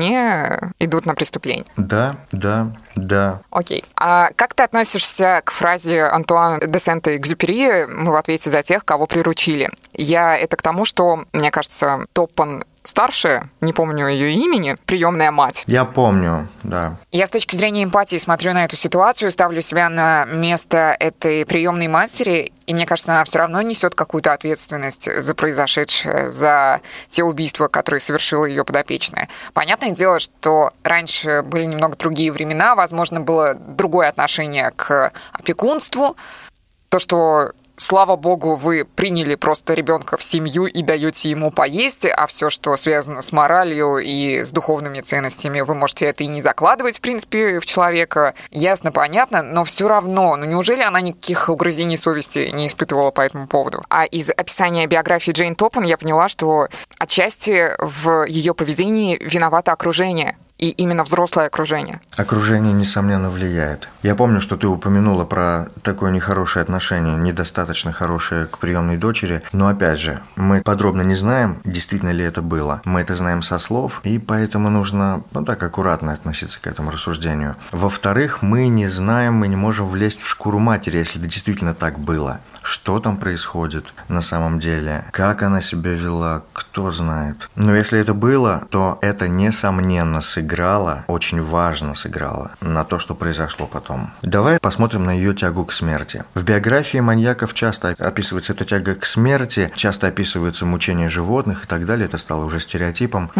не идут на преступление? Да. Окей. А как ты относишься к фразе Антуана де Сент-Экзюпери «Мы в ответе за тех, кого приручили»? Я это к тому, что, мне кажется, Топпан старшая, не помню ее имени, приемная мать. Я помню, да. Я с точки зрения эмпатии смотрю на эту ситуацию, ставлю себя на место этой приемной матери, и мне кажется, она все равно несет какую-то ответственность за произошедшее, за те убийства, которые совершила ее подопечная. Понятное дело, что раньше были немного другие времена, возможно, было другое отношение к опекунству. То, что, слава богу, вы приняли просто ребенка в семью и даете ему поесть, а все, что связано с моралью и с духовными ценностями, вы можете это и не закладывать, в принципе, в человека. Ясно, понятно, но все равно, неужели она никаких угрызений совести не испытывала по этому поводу? А из описания биографии Джейн Топпен я поняла, что отчасти в ее поведении виновато окружение. И именно взрослое окружение. Окружение, несомненно, влияет. Я помню, что ты упомянула про такое нехорошее отношение, недостаточно хорошее к приемной дочери. Но опять же, мы подробно не знаем, действительно ли это было. Мы это знаем со слов, и поэтому нужно, так аккуратно относиться к этому рассуждению. Во-вторых, мы не знаем, мы не можем влезть в шкуру матери, если это действительно так было. Что там происходит на самом деле? Как она себя вела? Кто знает. Но если это было, то это, несомненно, сыграло, очень важно сыграло на то, что произошло потом. Давай посмотрим на ее тягу к смерти. В биографии маньяков часто описывается эта тяга к смерти, часто описывается мучение животных и так далее. Это стало уже стереотипом.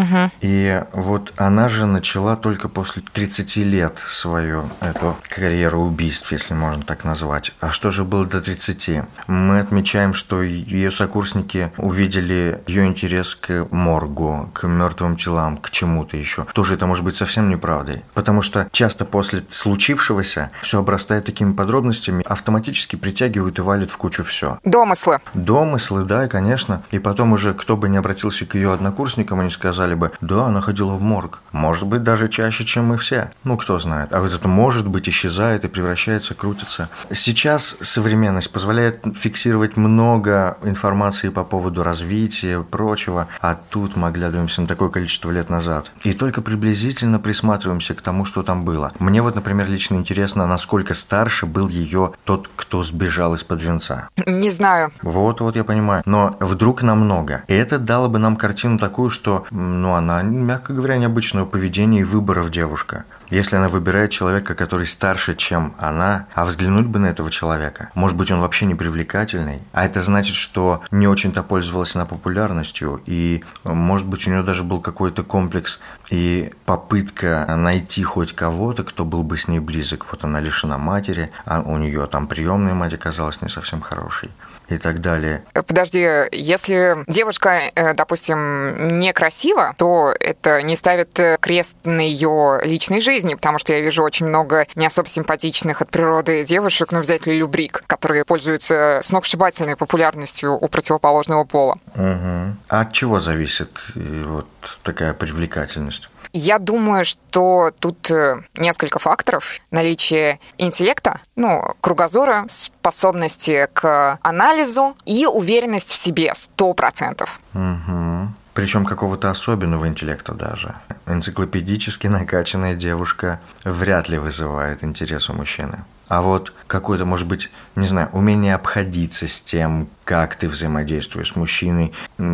И вот она же начала только после 30 лет свою эту карьеру убийств, если можно так назвать. А что же было до 30? Мы отмечаем, что ее сокурсники увидели ее интерес к моргу, к мертвым телам, к чему-то еще. Тоже это может быть совсем неправдой. Потому что часто после случившегося все обрастает такими подробностями, автоматически притягивают и валят в кучу все. Домыслы. Домыслы, да, конечно. И потом уже, кто бы ни обратился к ее однокурсникам, они сказали бы: да, она ходила в морг. Может быть, даже чаще, чем мы все. Кто знает. А вот это может быть исчезает и превращается, крутится. Сейчас современность позволяет фиксировать много информации по поводу развития и прочего, а тут мы оглядываемся на такое количество лет назад. И только приблизительно присматриваемся к тому, что там было. Мне вот, например, лично интересно, насколько старше был ее тот, кто сбежал из-под венца. Не знаю. Вот я понимаю. Но вдруг намного. И это дало бы нам картину такую, что, она, мягко говоря, необычного поведения и выборов девушка. Если она выбирает человека, который старше, чем она, а взглянуть бы на этого человека, может быть, он вообще не привлекательный, а это значит, что не очень-то пользовалась она популярностью, и, может быть, у нее даже был какой-то комплекс и попытка найти хоть кого-то, кто был бы с ней близок. Вот она лишена матери, а у нее там приемная мать оказалась не совсем хорошей. И так далее. Подожди, если девушка, допустим, некрасива, то это не ставит крест на ее личной жизни, потому что я вижу очень много не особо симпатичных от природы девушек, взять Лилю Брик, которые пользуются сногсшибательной популярностью у противоположного пола. Угу. А от чего зависит вот такая привлекательность? Я думаю, что тут несколько факторов. Наличие интеллекта, кругозора, способности к анализу и уверенность в себе 100%. Угу. Причем какого-то особенного интеллекта даже. Энциклопедически накачанная девушка вряд ли вызывает интерес у мужчины. А вот какое-то, может быть, умение обходиться с тем, как ты взаимодействуешь с мужчиной,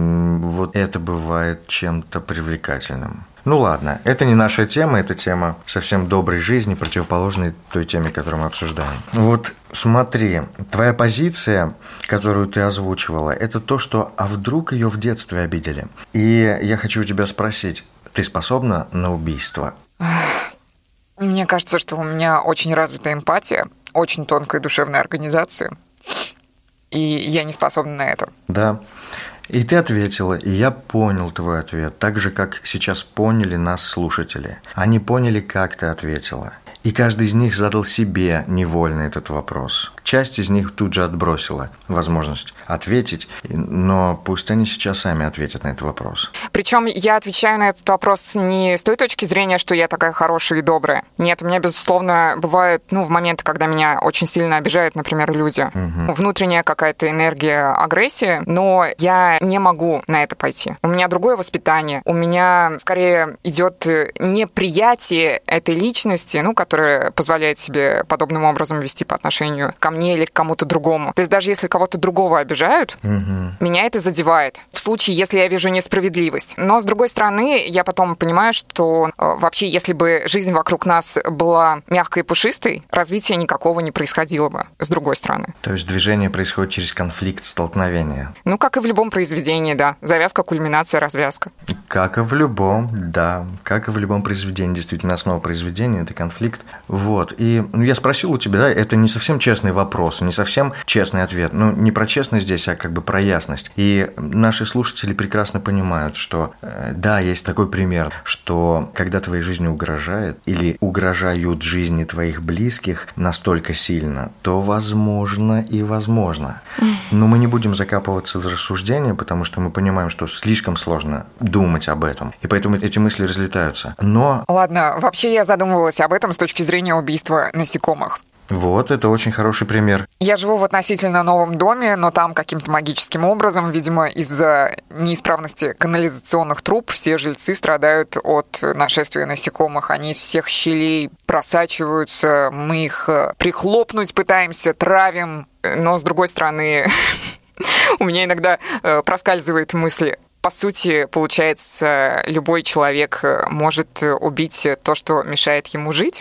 вот это бывает чем-то привлекательным. Ладно, это не наша тема, это тема совсем доброй жизни, противоположной той теме, которую мы обсуждаем. Вот смотри, твоя позиция, которую ты озвучивала, это то, что «а вдруг ее в детстве обидели?» И я хочу у тебя спросить, ты способна на убийство? Мне кажется, что у меня очень развитая эмпатия, очень тонкая душевная организация, и я не способна на это. Да. И ты ответила, и я понял твой ответ, так же, как сейчас поняли нас слушатели. Они поняли, как ты ответила. И каждый из них задал себе невольно этот вопрос. Часть из них тут же отбросила возможность ответить, но пусть они сейчас сами ответят на этот вопрос. Причем я отвечаю на этот вопрос не с той точки зрения, что я такая хорошая и добрая. Нет, у меня, безусловно, бывает, в моменты, когда меня очень сильно обижают, например, люди. Внутренняя какая-то энергия агрессии, но я не могу на это пойти. У меня другое воспитание. У меня скорее идет неприятие этой личности, которая которая позволяет себе подобным образом вести по отношению ко мне или к кому-то другому. То есть даже если кого-то другого обижают, меня это задевает. В случае, если я вижу несправедливость. Но, с другой стороны, я потом понимаю, что вообще, если бы жизнь вокруг нас была мягкой и пушистой, развития никакого не происходило бы, с другой стороны. То есть движение происходит через конфликт, столкновение. Ну, как и в любом произведении, да. Завязка, кульминация, развязка. Как и в любом, да. Как и в любом произведении. Действительно, основа произведения – это конфликт. Вот. И я спросил у тебя, да, это не совсем честный вопрос, не совсем честный ответ. Ну, не про честность здесь, а как бы про ясность. И наши слушатели прекрасно понимают, что, да, есть такой пример, что когда твоей жизни угрожает или угрожают жизни твоих близких настолько сильно, то возможно и возможно. Но мы не будем закапываться в рассуждения, потому что мы понимаем, что слишком сложно думать об этом. И поэтому эти мысли разлетаются. Но... Ладно, вообще я задумывалась об этом с точки зрения убийства насекомых. Вот, это очень хороший пример. Я живу в относительно новом доме, но там каким-то магическим образом, видимо, из-за неисправности канализационных труб, все жильцы страдают от нашествия насекомых. Они из всех щелей просачиваются, мы их прихлопнуть пытаемся, травим. Но, с другой стороны, у меня иногда проскальзывает мысль. По сути, получается, любой человек может убить то, что мешает ему жить.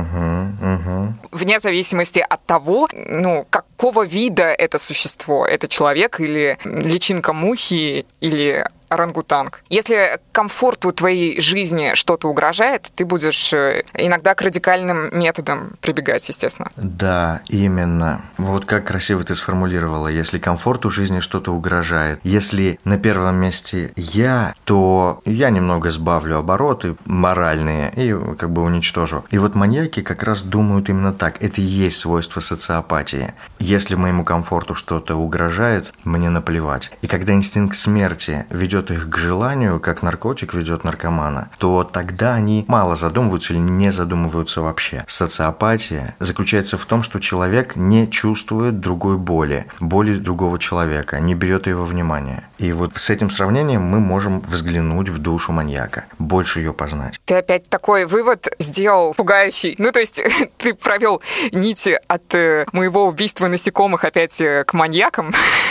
Вне зависимости от того, какого вида это существо. Это человек или личинка мухи, или орангутанг. Если комфорту твоей жизни что-то угрожает, ты будешь иногда к радикальным методам прибегать, естественно. Да, именно. Вот как красиво ты сформулировала. Если комфорту жизни что-то угрожает. Если на первом месте я, то я немного сбавлю обороты моральные и как бы уничтожу. И вот маньяки как раз думают именно так. Это и есть свойство социопатии. Если моему комфорту что-то угрожает, мне наплевать. И когда инстинкт смерти ведет их к желанию, как наркотик ведет наркомана, то тогда они мало задумываются или не задумываются вообще. Социопатия заключается в том, что человек не чувствует другой боли другого человека, не берет его внимания. И вот с этим сравнением мы можем взглянуть в душу маньяка, больше ее познать. Ты опять такой вывод сделал пугающий. То есть ты провел нити от моего убийства насекомых опять к маньякам.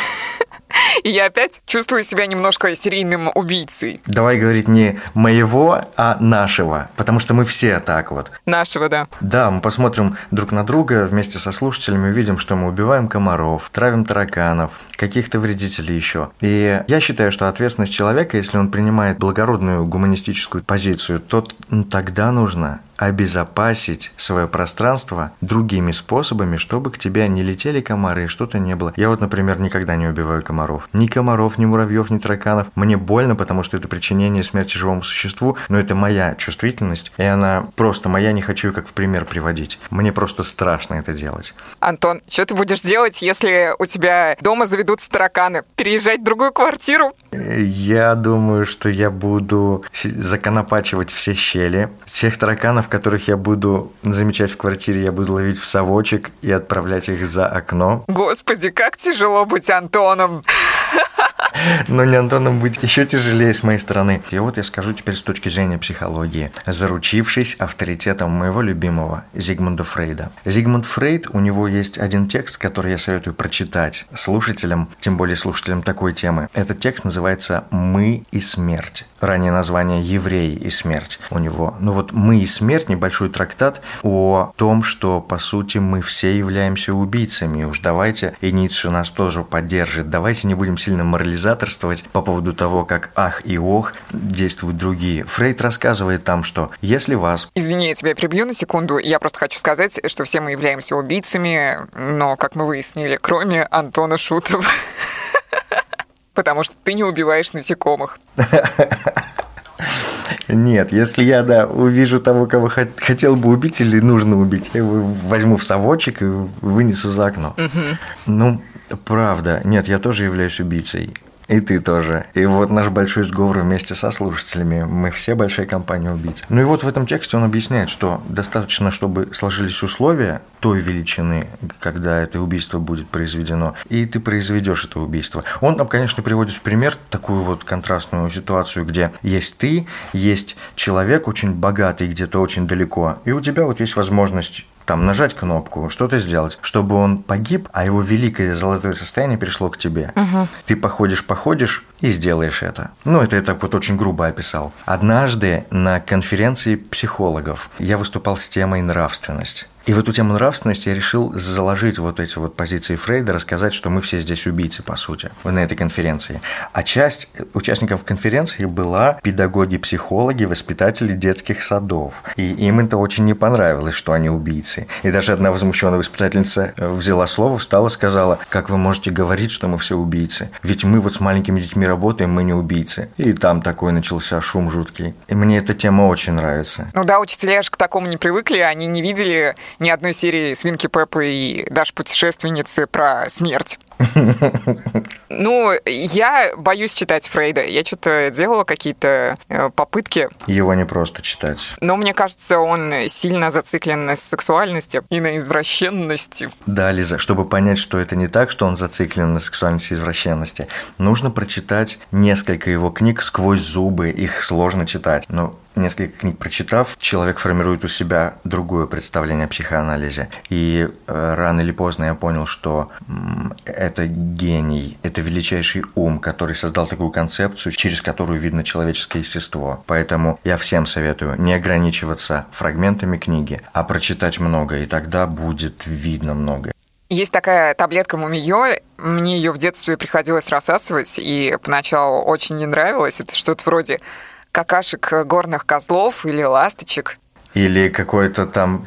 И я опять чувствую себя немножко серийным убийцей. Давай говорить не моего, а нашего, потому что мы все так вот. Нашего, да. Да, мы посмотрим друг на друга вместе со слушателями, увидим, что мы убиваем комаров, травим тараканов, каких-то вредителей еще. И я считаю, что ответственность человека, если он принимает благородную гуманистическую позицию, то тогда нужно обезопасить свое пространство другими способами, чтобы к тебе не летели комары и что-то не было. Я вот, например, никогда не убиваю комаров. Ни комаров, ни муравьев, ни тараканов. Мне больно, потому что это причинение смерти живому существу, но это моя чувствительность, и она просто моя, не хочу ее как в пример приводить. Мне просто страшно это делать. Антон, что ты будешь делать, если у тебя дома заведутся тараканы? Переезжать в другую квартиру? Я думаю, что я буду законопачивать все щели. Всех тараканов, которых я буду замечать в квартире, я буду ловить в совочек и отправлять их за окно. Господи, как тяжело быть Антоном. Но не Антоном быть еще тяжелее с моей стороны. И вот я скажу теперь с точки зрения психологии, заручившись авторитетом моего любимого Зигмунда Фрейда. Зигмунд Фрейд, у него есть один текст, который я советую прочитать слушателям, тем более слушателям такой темы. Этот текст называется «Мы и смерть». Ранее название «Евреи и смерть» у него. «Мы и смерть» — небольшой трактат о том, что, по сути, мы все являемся убийцами. И уж давайте, и Ницше нас тоже поддержит, давайте не будем сильно морализаторствовать по поводу того, как ах и ох действуют другие. Фрейд рассказывает там, что если вас... Извини, я тебя прибью на секунду. Я просто хочу сказать, что все мы являемся убийцами, но, как мы выяснили, кроме Антона Шутова. Потому что ты не убиваешь насекомых. Нет, если я, увижу того, кого хотел бы убить или нужно убить, я его возьму в совочек и вынесу за окно. Правда. Нет, я тоже являюсь убийцей. И ты тоже. И вот наш большой сговор вместе со слушателями. Мы все большая компания убийц. Ну и вот в этом тексте он объясняет, что достаточно, чтобы сложились условия той величины, когда это убийство будет произведено, и ты произведешь это убийство. Он там, конечно, приводит в пример такую вот контрастную ситуацию, где есть ты, есть человек очень богатый где-то очень далеко, и у тебя вот есть возможность там нажать кнопку, что-то сделать, чтобы он погиб, а его великое золотое состояние перешло к тебе. Ты походишь и сделаешь это. Ну, это я так вот очень грубо описал. Однажды на конференции психологов я выступал с темой нравственность. И в эту тему нравственности я решил заложить вот эти вот позиции Фрейда, рассказать, что мы все здесь убийцы, по сути, на этой конференции. А часть участников конференции была педагоги-психологи, воспитатели детских садов. И им это очень не понравилось, что они убийцы. И даже одна возмущенная воспитательница взяла слово, встала, сказала: как вы можете говорить, что мы все убийцы? Ведь мы вот с маленькими детьми работаем, мы не убийцы. И там такой начался шум жуткий. И мне эта тема очень нравится. Ну да, учителя же к такому не привыкли, они не видели ни одной серии «Свинки Пеппы» и даже «Путешественницы» про смерть. Ну, я боюсь читать Фрейда. Я что-то делала какие-то попытки. Его не просто читать. Но мне кажется, он сильно зациклен на сексуальности и на извращенности. Да, Лиза, чтобы понять, что это не так, что он зациклен на сексуальности и извращенности, нужно прочитать несколько его книг сквозь зубы. Их сложно читать. Но несколько книг прочитав, человек формирует у себя другое представление о психоанализе. И рано или поздно я понял, что это гений, это величайший ум, который создал такую концепцию, через которую видно человеческое естество. Поэтому я всем советую не ограничиваться фрагментами книги, а прочитать много, и тогда будет видно многое. Есть такая таблетка Мумиё, мне ее в детстве приходилось рассасывать, и поначалу очень не нравилось. Это что-то вроде какашек горных козлов или ласточек. Или какой-то там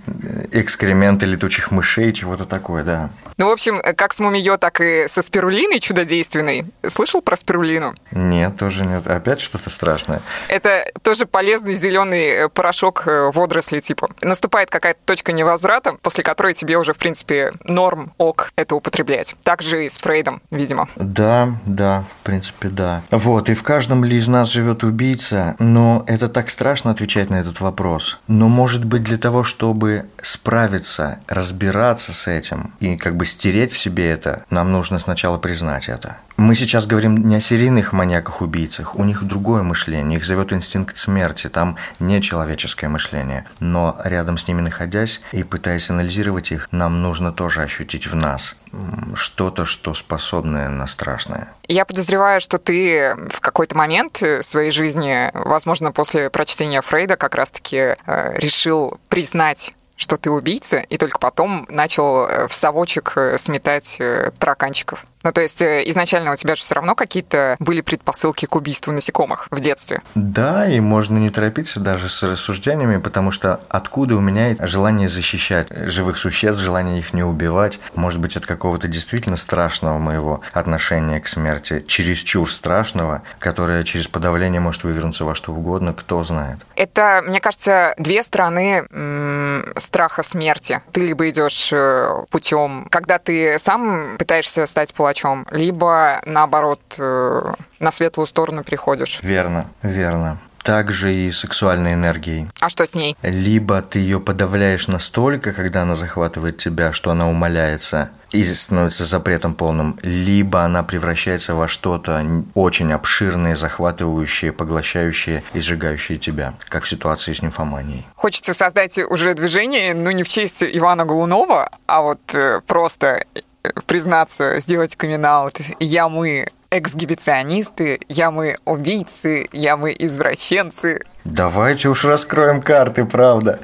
экскременты летучих мышей, чего-то такое, да. Ну, в общем, как с Мумиё, так и со спирулиной чудодейственной. Слышал про спирулину? Нет, тоже нет. Опять что-то страшное. Это тоже полезный зеленый порошок водоросли типа. Наступает какая-то точка невозврата, после которой тебе уже, в принципе, норм, ок, это употреблять. Так же и с Фрейдом, видимо. Да, в принципе, да. Вот, и в каждом ли из нас живет убийца, но это так страшно отвечать на этот вопрос. Но, может быть, для того, чтобы справиться, разбираться с этим и как бы стереть в себе это, нам нужно сначала признать это. Мы сейчас говорим не о серийных маньяках-убийцах, у них другое мышление, их зовет инстинкт смерти, там нечеловеческое мышление. Но рядом с ними находясь и пытаясь анализировать их, нам нужно тоже ощутить в нас что-то, что способное на страшное. Я подозреваю, что ты в какой-то момент своей жизни, возможно, после прочтения Фрейда, как раз-таки решил признать, что ты убийца, и только потом начал в совочек сметать тараканчиков. Ну, то есть изначально у тебя же все равно какие-то были предпосылки к убийству насекомых в детстве. Да, и можно не торопиться даже с рассуждениями, потому что откуда у меня желание защищать живых существ, желание их не убивать, может быть, от какого-то действительно страшного моего отношения к смерти, чересчур страшного, которое через подавление может вывернуться во что угодно, кто знает. Это, мне кажется, две стороны страха смерти. Ты либо идешь путем, когда ты сам пытаешься стать палачом, либо, наоборот, на светлую сторону переходишь. Верно. Также и сексуальной энергией. А что с ней? Либо ты ее подавляешь настолько, когда она захватывает тебя, что она умаляется и становится запретом полным, либо она превращается во что-то очень обширное, захватывающее, поглощающее и сжигающее тебя, как в ситуации с нимфоманией. Хочется создать уже движение, но не в честь Ивана Голунова, а вот просто признаться, сделать камин-аут. Мы эксгибиционисты, мы убийцы, мы извращенцы. Давайте уж раскроем карты, правда.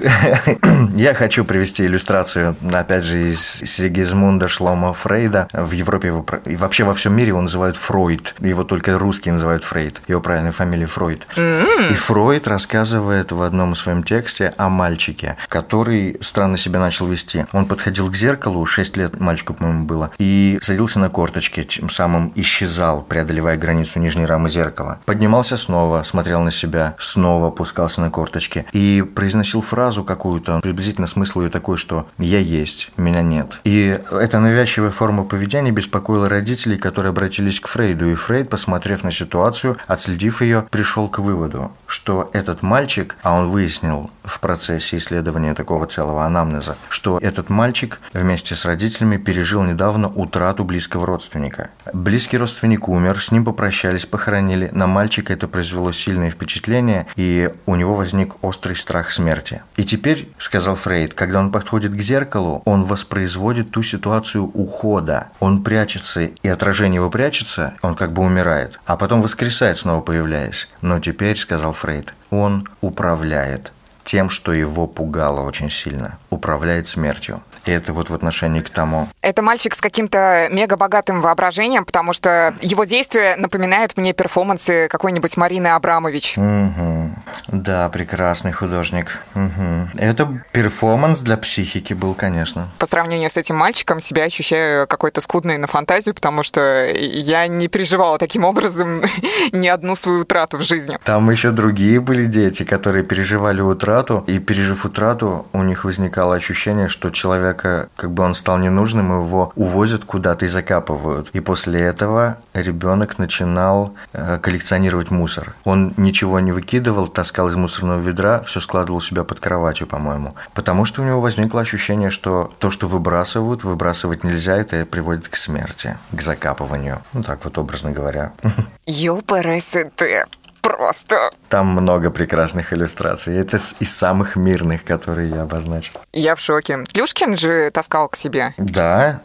Я хочу привести иллюстрацию, опять же, из Сигизмунда Шломо Фрейда. В Европе его, и вообще во всем мире его называют Фройд. Его только русские называют Фрейд. Его правильная фамилия Фройд. И Фройд рассказывает в одном своем тексте о мальчике, который странно себя начал вести. Он подходил к зеркалу, 6 лет мальчику, по-моему, было, и садился на корточки, тем самым исчезал, преодолевая границу нижней рамы зеркала. Поднимался снова, смотрел на себя в снова опускался на корточки и произносил фразу какую-то, приблизительно смысл ее такой, что «я есть, меня нет». И эта навязчивая форма поведения беспокоила родителей, которые обратились к Фрейду, и Фрейд, посмотрев на ситуацию, отследив ее, пришел к выводу, что этот мальчик, а он выяснил в процессе исследования такого целого анамнеза, что этот мальчик вместе с родителями пережил недавно утрату близкого родственника. Близкий родственник умер, с ним попрощались, похоронили. На мальчика это произвело сильное впечатление, и у него возник острый страх смерти. И теперь, сказал Фрейд, когда он подходит к зеркалу, он воспроизводит ту ситуацию ухода. Он прячется, и отражение его прячется, он как бы умирает, а потом воскресает, снова появляясь. Но теперь, сказал Фрейд, он управляет тем, что его пугало очень сильно. Управляет смертью. И это вот в отношении к тому. Это мальчик с каким-то мега-богатым воображением, потому что его действия напоминают мне перформансы какой-нибудь Марины Абрамович. Угу. Да, прекрасный художник. Угу. Это перформанс для психики был, конечно. По сравнению с этим мальчиком себя ощущаю какой-то скудной на фантазию, потому что я не переживала таким образом ни одну свою утрату в жизни. Там еще другие были дети, которые переживали утрату, и пережив утрату, у них возникало ощущение, что человека, как бы он стал ненужным, его увозят куда-то и закапывают. И после этого ребенок начинал коллекционировать мусор. Он ничего не выкидывал, таскал из мусорного ведра, все складывал у себя под кроватью, по-моему. Потому что у него возникло ощущение, что то, что выбрасывают, выбрасывать нельзя, это приводит к смерти, к закапыванию. Ну так вот, образно говоря. ЮПРСТ. Просто. Там много прекрасных иллюстраций. Это из самых мирных, которые я обозначил. Я в шоке. Плюшкин же таскал к себе. Да.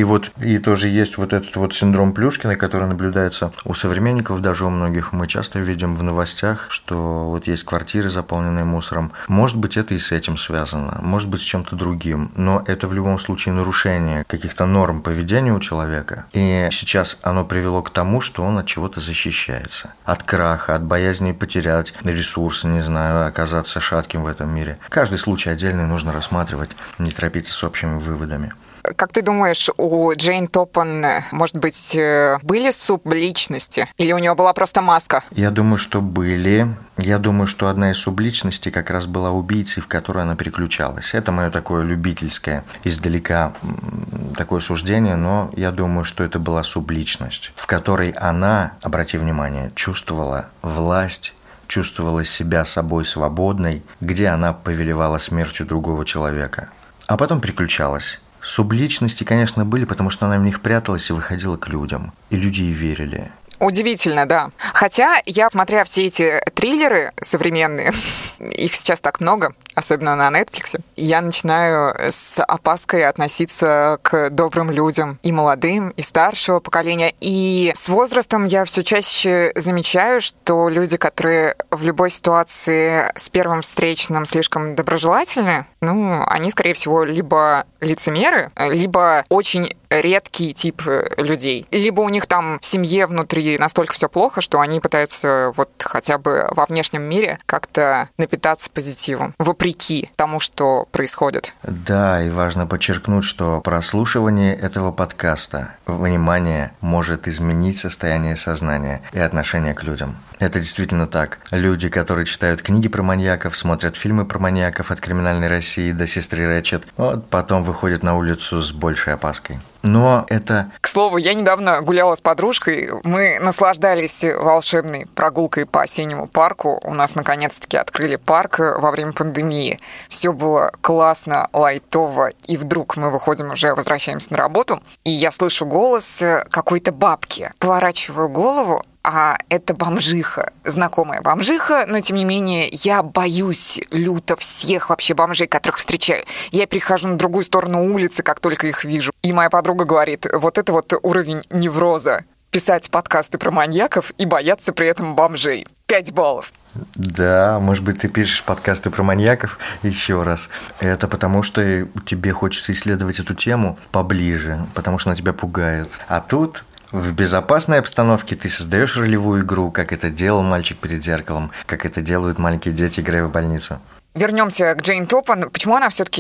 И тоже есть вот этот вот синдром Плюшкина, который наблюдается у современников, даже у многих. Мы часто видим в новостях, что вот есть квартиры, заполненные мусором. Может быть, это и с этим связано. Может быть, с чем-то другим. Но это в любом случае нарушение каких-то норм поведения у человека. И сейчас оно привело к тому, что он от чего-то защищается. От краха, от боязни потерять ресурсы, не знаю, оказаться шатким в этом мире. Каждый случай отдельно нужно рассматривать, не торопиться с общими выводами. Как ты думаешь, у Джейн Топпан, может быть, были субличности? Или у нее была просто маска? Я думаю, что были. Я думаю, что одна из субличностей как раз была убийцей, в которую она переключалась. Это мое такое любительское, издалека такое суждение, но я думаю, что это была субличность, в которой она, обрати внимание, чувствовала власть, чувствовала себя собой свободной, где она повелевала смертью другого человека. А потом переключалась. Субличности, конечно, были, потому что она в них пряталась и выходила к людям. И люди ей верили. Удивительно, да. Хотя я, смотря все эти триллеры современные, их сейчас так много, особенно на Netflix, я начинаю с опаской относиться к добрым людям, и молодым, и старшего поколения. И с возрастом я все чаще замечаю, что люди, которые в любой ситуации с первым встречным слишком доброжелательны, они, скорее всего, либо лицемеры, либо очень редкий тип людей. Либо у них там в семье внутри настолько все плохо, что они пытаются вот хотя бы во внешнем мире как-то напитаться позитивом, вопреки тому, что происходит. Да, и важно подчеркнуть, что прослушивание этого подкаста, внимание, может изменить состояние сознания и отношение к людям. Это действительно так. Люди, которые читают книги про маньяков, смотрят фильмы про маньяков от «Криминальной России» до «Сестры Рэтчет», потом выходят на улицу с большей опаской. Но это... К слову, я недавно гуляла с подружкой. Мы наслаждались волшебной прогулкой по осеннему парку. У нас наконец-таки открыли парк во время пандемии. Все было классно, лайтово. И вдруг мы выходим, уже возвращаемся на работу. И я слышу голос какой-то бабки. Поворачиваю голову. А это бомжиха, знакомая бомжиха, но тем не менее я боюсь люто всех вообще бомжей, которых встречаю. Я перехожу на другую сторону улицы, как только их вижу. И моя подруга говорит, вот это вот уровень невроза. Писать подкасты про маньяков и бояться при этом бомжей. 5 баллов. Да, может быть, ты пишешь подкасты про маньяков еще раз. Это потому, что тебе хочется исследовать эту тему поближе, потому что она тебя пугает. А тут... В безопасной обстановке ты создаешь ролевую игру, как это делал мальчик перед зеркалом, как это делают маленькие дети, играя в больницу. Вернемся к Джейн Топпан. Почему она все-таки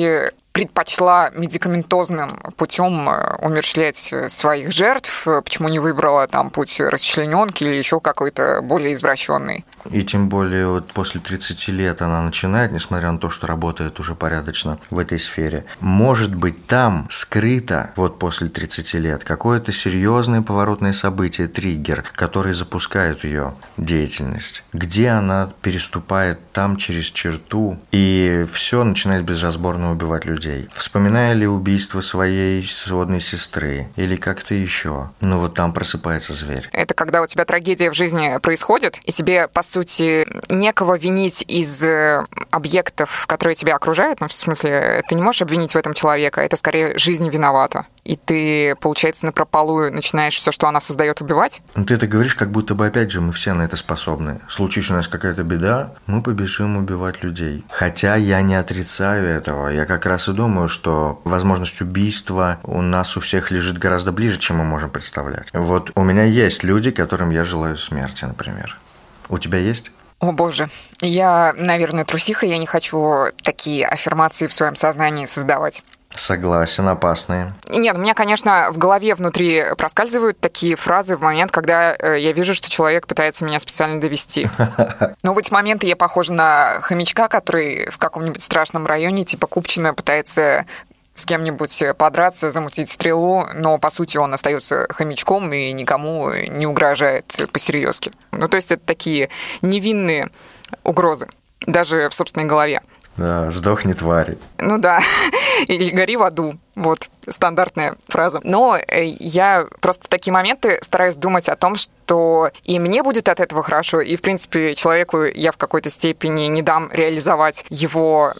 предпочла медикаментозным путем умерщвлять своих жертв, почему не выбрала там путь расчлененки или еще какой-то более извращенный. И тем более вот после 30 лет она начинает, несмотря на то, что работает уже порядочно в этой сфере. Может быть, там скрыто вот после 30 лет какое-то серьезное поворотное событие, триггер, который запускает ее деятельность. Где она переступает там через черту и все начинает безразборно убивать людей. Вспоминая ли убийство своей сводной сестры или как-то еще. Ну вот там просыпается зверь. Это когда у тебя трагедия в жизни происходит, и тебе, по сути, некого винить из объектов, которые тебя окружают. Ну, в смысле, ты не можешь обвинить в этом человека, это скорее жизнь виновата. И ты, получается, напропалую начинаешь все, что она создает, убивать? Ну, ты это говоришь, как будто бы, опять же, мы все на это способны. Случись у нас какая-то беда, мы побежим убивать людей. Хотя я не отрицаю этого. Я как раз и думаю, что возможность убийства у нас у всех лежит гораздо ближе, чем мы можем представлять. Вот у меня есть люди, которым я желаю смерти, например. У тебя есть? О боже, я, наверное, трусиха, я не хочу такие аффирмации в своем сознании создавать. Согласен, опасные. Нет, у меня, конечно, в голове внутри проскальзывают такие фразы в момент, когда я вижу, что человек пытается меня специально довести. Но в эти моменты я похожа на хомячка, который в каком-нибудь страшном районе, типа Купчино, пытается с кем-нибудь подраться, замутить стрелу, но, по сути, он остается хомячком и никому не угрожает посерьезки. Ну, то есть это такие невинные угрозы, даже в собственной голове. Да, сдохни, твари. Ну да, или гори в аду. Вот, стандартная фраза. Но я просто в такие моменты стараюсь думать о том, что и мне будет от этого хорошо, и, в принципе, человеку я в какой-то степени не дам реализовать его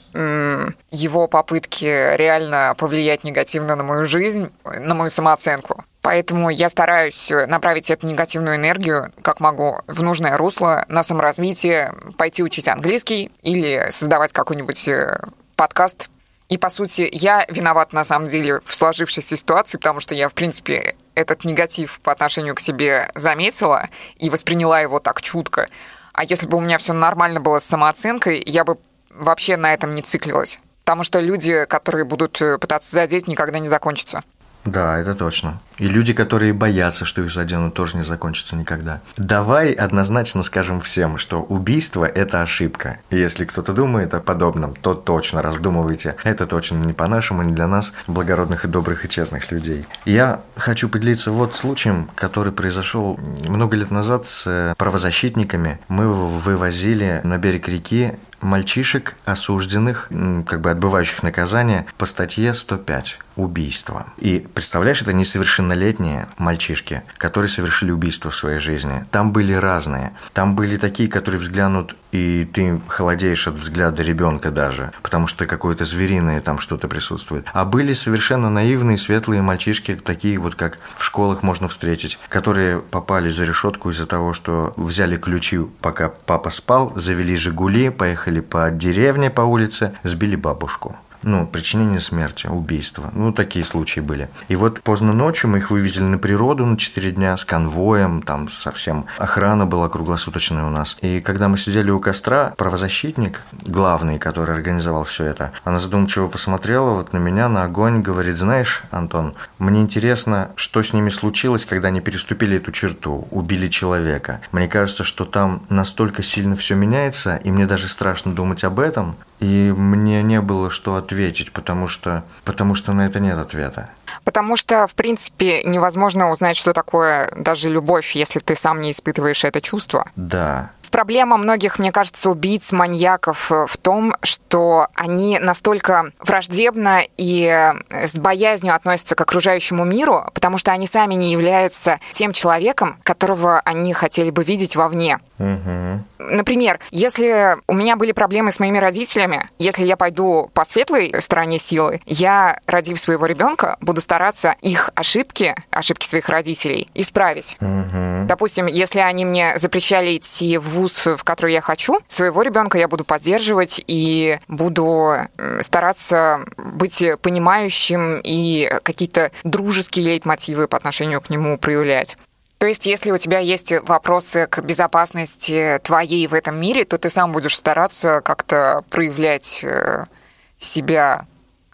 попытки реально повлиять негативно на мою жизнь, на мою самооценку. Поэтому я стараюсь направить эту негативную энергию, как могу, в нужное русло, на саморазвитие, пойти учить английский или создавать какой-нибудь подкаст. И, по сути, я виноват, на самом деле, в сложившейся ситуации, потому что я, в принципе, этот негатив по отношению к себе заметила и восприняла его так чутко. А если бы у меня все нормально было с самооценкой, я бы вообще на этом не циклилась. Потому что люди, которые будут пытаться задеть, никогда не закончатся. Да, это точно. И люди, которые боятся, что их заденут, тоже не закончатся никогда. Давай однозначно скажем всем, что убийство – это ошибка. И если кто-то думает о подобном, то точно раздумывайте. Это точно не по-нашему, не для нас, благородных и добрых и честных людей. Я хочу поделиться вот случаем, который произошел много лет назад с правозащитниками. Мы вывозили на берег реки мальчишек, осужденных, как бы отбывающих наказание по статье 105 «Убийство». И представляешь, это несовершеннолетние мальчишки, которые совершили убийство в своей жизни. Там были разные. Там были такие, которые взглянут, и ты холодеешь от взгляда ребенка даже, потому что какое-то звериное там что-то присутствует. А были совершенно наивные, светлые мальчишки, такие вот, как в школах можно встретить, которые попали за решетку из-за того, что взяли ключи, пока папа спал, завели «Жигули», поехали по деревне, по улице, сбили бабушку. Причинение смерти, убийство. Такие случаи были. И вот поздно ночью мы их вывезли на природу на 4 дня с конвоем, там совсем охрана была круглосуточная у нас. И когда мы сидели у костра, правозащитник, главный, который организовал все это, она задумчиво посмотрела вот на меня, на огонь, говорит: знаешь, Антон, мне интересно, что с ними случилось, когда они переступили эту черту, убили человека. Мне кажется, что там настолько сильно все меняется, и мне даже страшно думать об этом. И мне не было что ответить, потому что на это нет ответа. Потому что, в принципе, невозможно узнать, что такое даже любовь, если ты сам не испытываешь это чувство. Да. Проблема многих, мне кажется, убийц, маньяков в том, что они настолько враждебно и с боязнью относятся к окружающему миру, потому что они сами не являются тем человеком, которого они хотели бы видеть вовне. Угу. Например, если у меня были проблемы с моими родителями, если я пойду по светлой стороне силы, я, родив своего ребенка, буду стараться их ошибки своих родителей исправить. Угу. Допустим, если они мне запрещали идти в вуз, в который я хочу, своего ребенка я буду поддерживать и буду стараться быть понимающим и какие-то дружеские лейтмотивы по отношению к нему проявлять. То есть, если у тебя есть вопросы к безопасности твоей в этом мире, то ты сам будешь стараться как-то проявлять себя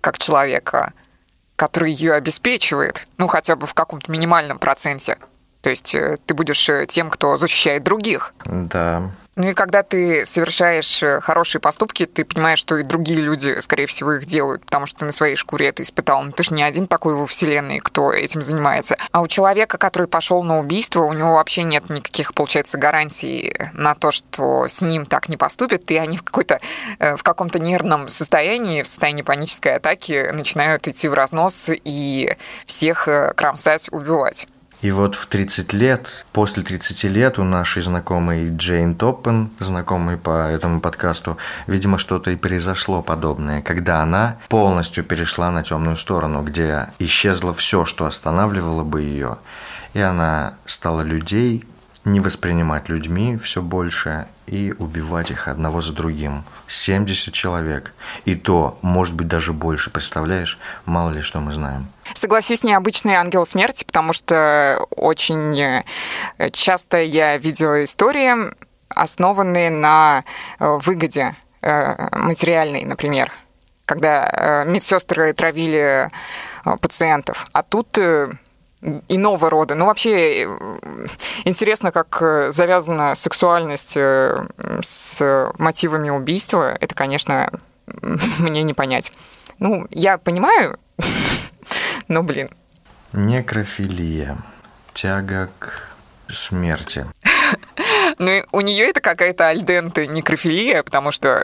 как человека, который ее обеспечивает, ну, хотя бы в каком-то минимальном проценте. То есть ты будешь тем, кто защищает других. Да. Ну и когда ты совершаешь хорошие поступки, ты понимаешь, что и другие люди, скорее всего, их делают, потому что ты на своей шкуре это испытал. Но ты же не один такой во вселенной, кто этим занимается. А у человека, который пошел на убийство, у него вообще нет никаких, получается, гарантий на то, что с ним так не поступят, и они в каком-то нервном состоянии, в состоянии панической атаки начинают идти в разнос и всех кромсать, убивать. И вот в 30 лет, после 30 лет у нашей знакомой Джейн Топпен, знакомой по этому подкасту, видимо, что-то и произошло подобное, когда она полностью перешла на темную сторону, где исчезло все, что останавливало бы ее, и она стала людей не воспринимать людьми все больше и убивать их одного за другим. 70 человек. И то, может быть, даже больше. Представляешь? Мало ли что мы знаем. Согласись, необычный ангел смерти, потому что очень часто я видела истории, основанные на выгоде материальной, например, когда медсестры травили пациентов. А тут иного рода. Ну, вообще, интересно, как завязана сексуальность с мотивами убийства. Это, конечно, мне не понять. Ну, я понимаю, но, блин. Некрофилия. Тяга к смерти. Ну, у нее это какая-то альденте некрофилия, потому что...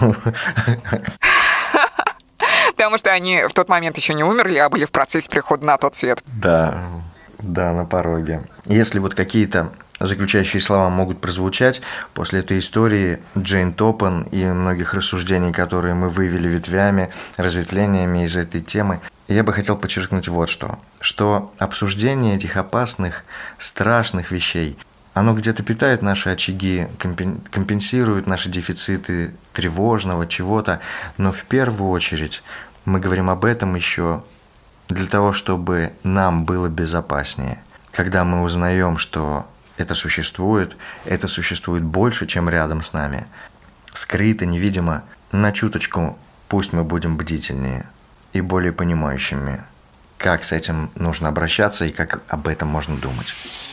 Потому что они в тот момент еще не умерли, а были в процессе прихода на тот свет. Да, на пороге. Если вот какие-то заключающие слова могут прозвучать после этой истории Джейн Топпен и многих рассуждений, которые мы вывели ветвями, разветвлениями из этой темы, я бы хотел подчеркнуть вот что обсуждение этих опасных, страшных вещей, оно где-то питает наши очаги, компенсирует наши дефициты тревожного чего-то, но в первую очередь мы говорим об этом еще для того, чтобы нам было безопаснее. Когда мы узнаем, что это существует больше, чем рядом с нами, скрыто, невидимо, на чуточку пусть мы будем бдительнее и более понимающими, как с этим нужно обращаться и как об этом можно думать.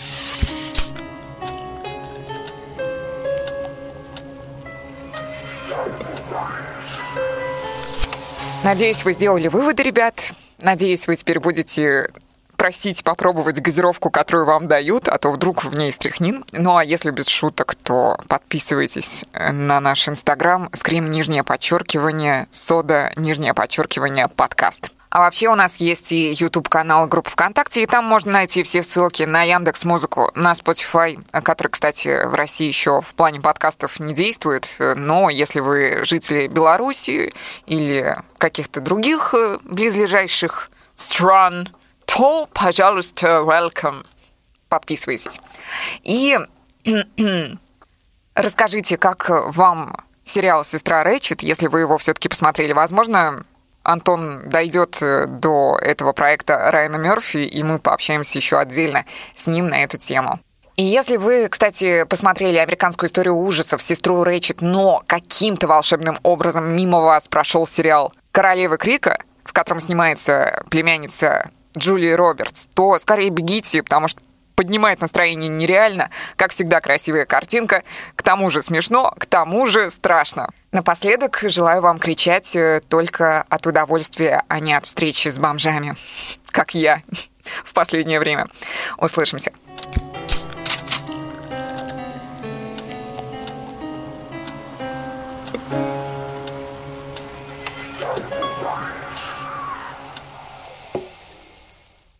Надеюсь, вы сделали выводы, ребят. Надеюсь, вы теперь будете просить попробовать газировку, которую вам дают, а то вдруг в ней стряхнин. Ну, а если без шуток, то подписывайтесь на наш Инстаграм scream_, soda_, подкаст. А вообще у нас есть и YouTube-канал, группа ВКонтакте, и там можно найти все ссылки на Яндекс.Музыку, на Spotify, который, кстати, в России еще в плане подкастов не действует, но если вы жители Беларуси или каких-то других близлежащих стран, то, пожалуйста, welcome. Подписывайтесь. И расскажите, как вам сериал «Сестра Рэчет», если вы его все-таки посмотрели. Возможно, Антон дойдет до этого проекта Райана Мерфи, и мы пообщаемся еще отдельно с ним на эту тему. И если вы, кстати, посмотрели «Американскую историю ужасов», «Сестру Рэчет», но каким-то волшебным образом мимо вас прошел сериал «Королева Крика», в котором снимается племянница Джулии Робертс, то скорее бегите, потому что поднимает настроение нереально. Как всегда, красивая картинка. К тому же смешно, к тому же страшно. Напоследок желаю вам кричать только от удовольствия, а не от встречи с бомжами, как я в последнее время. Услышимся.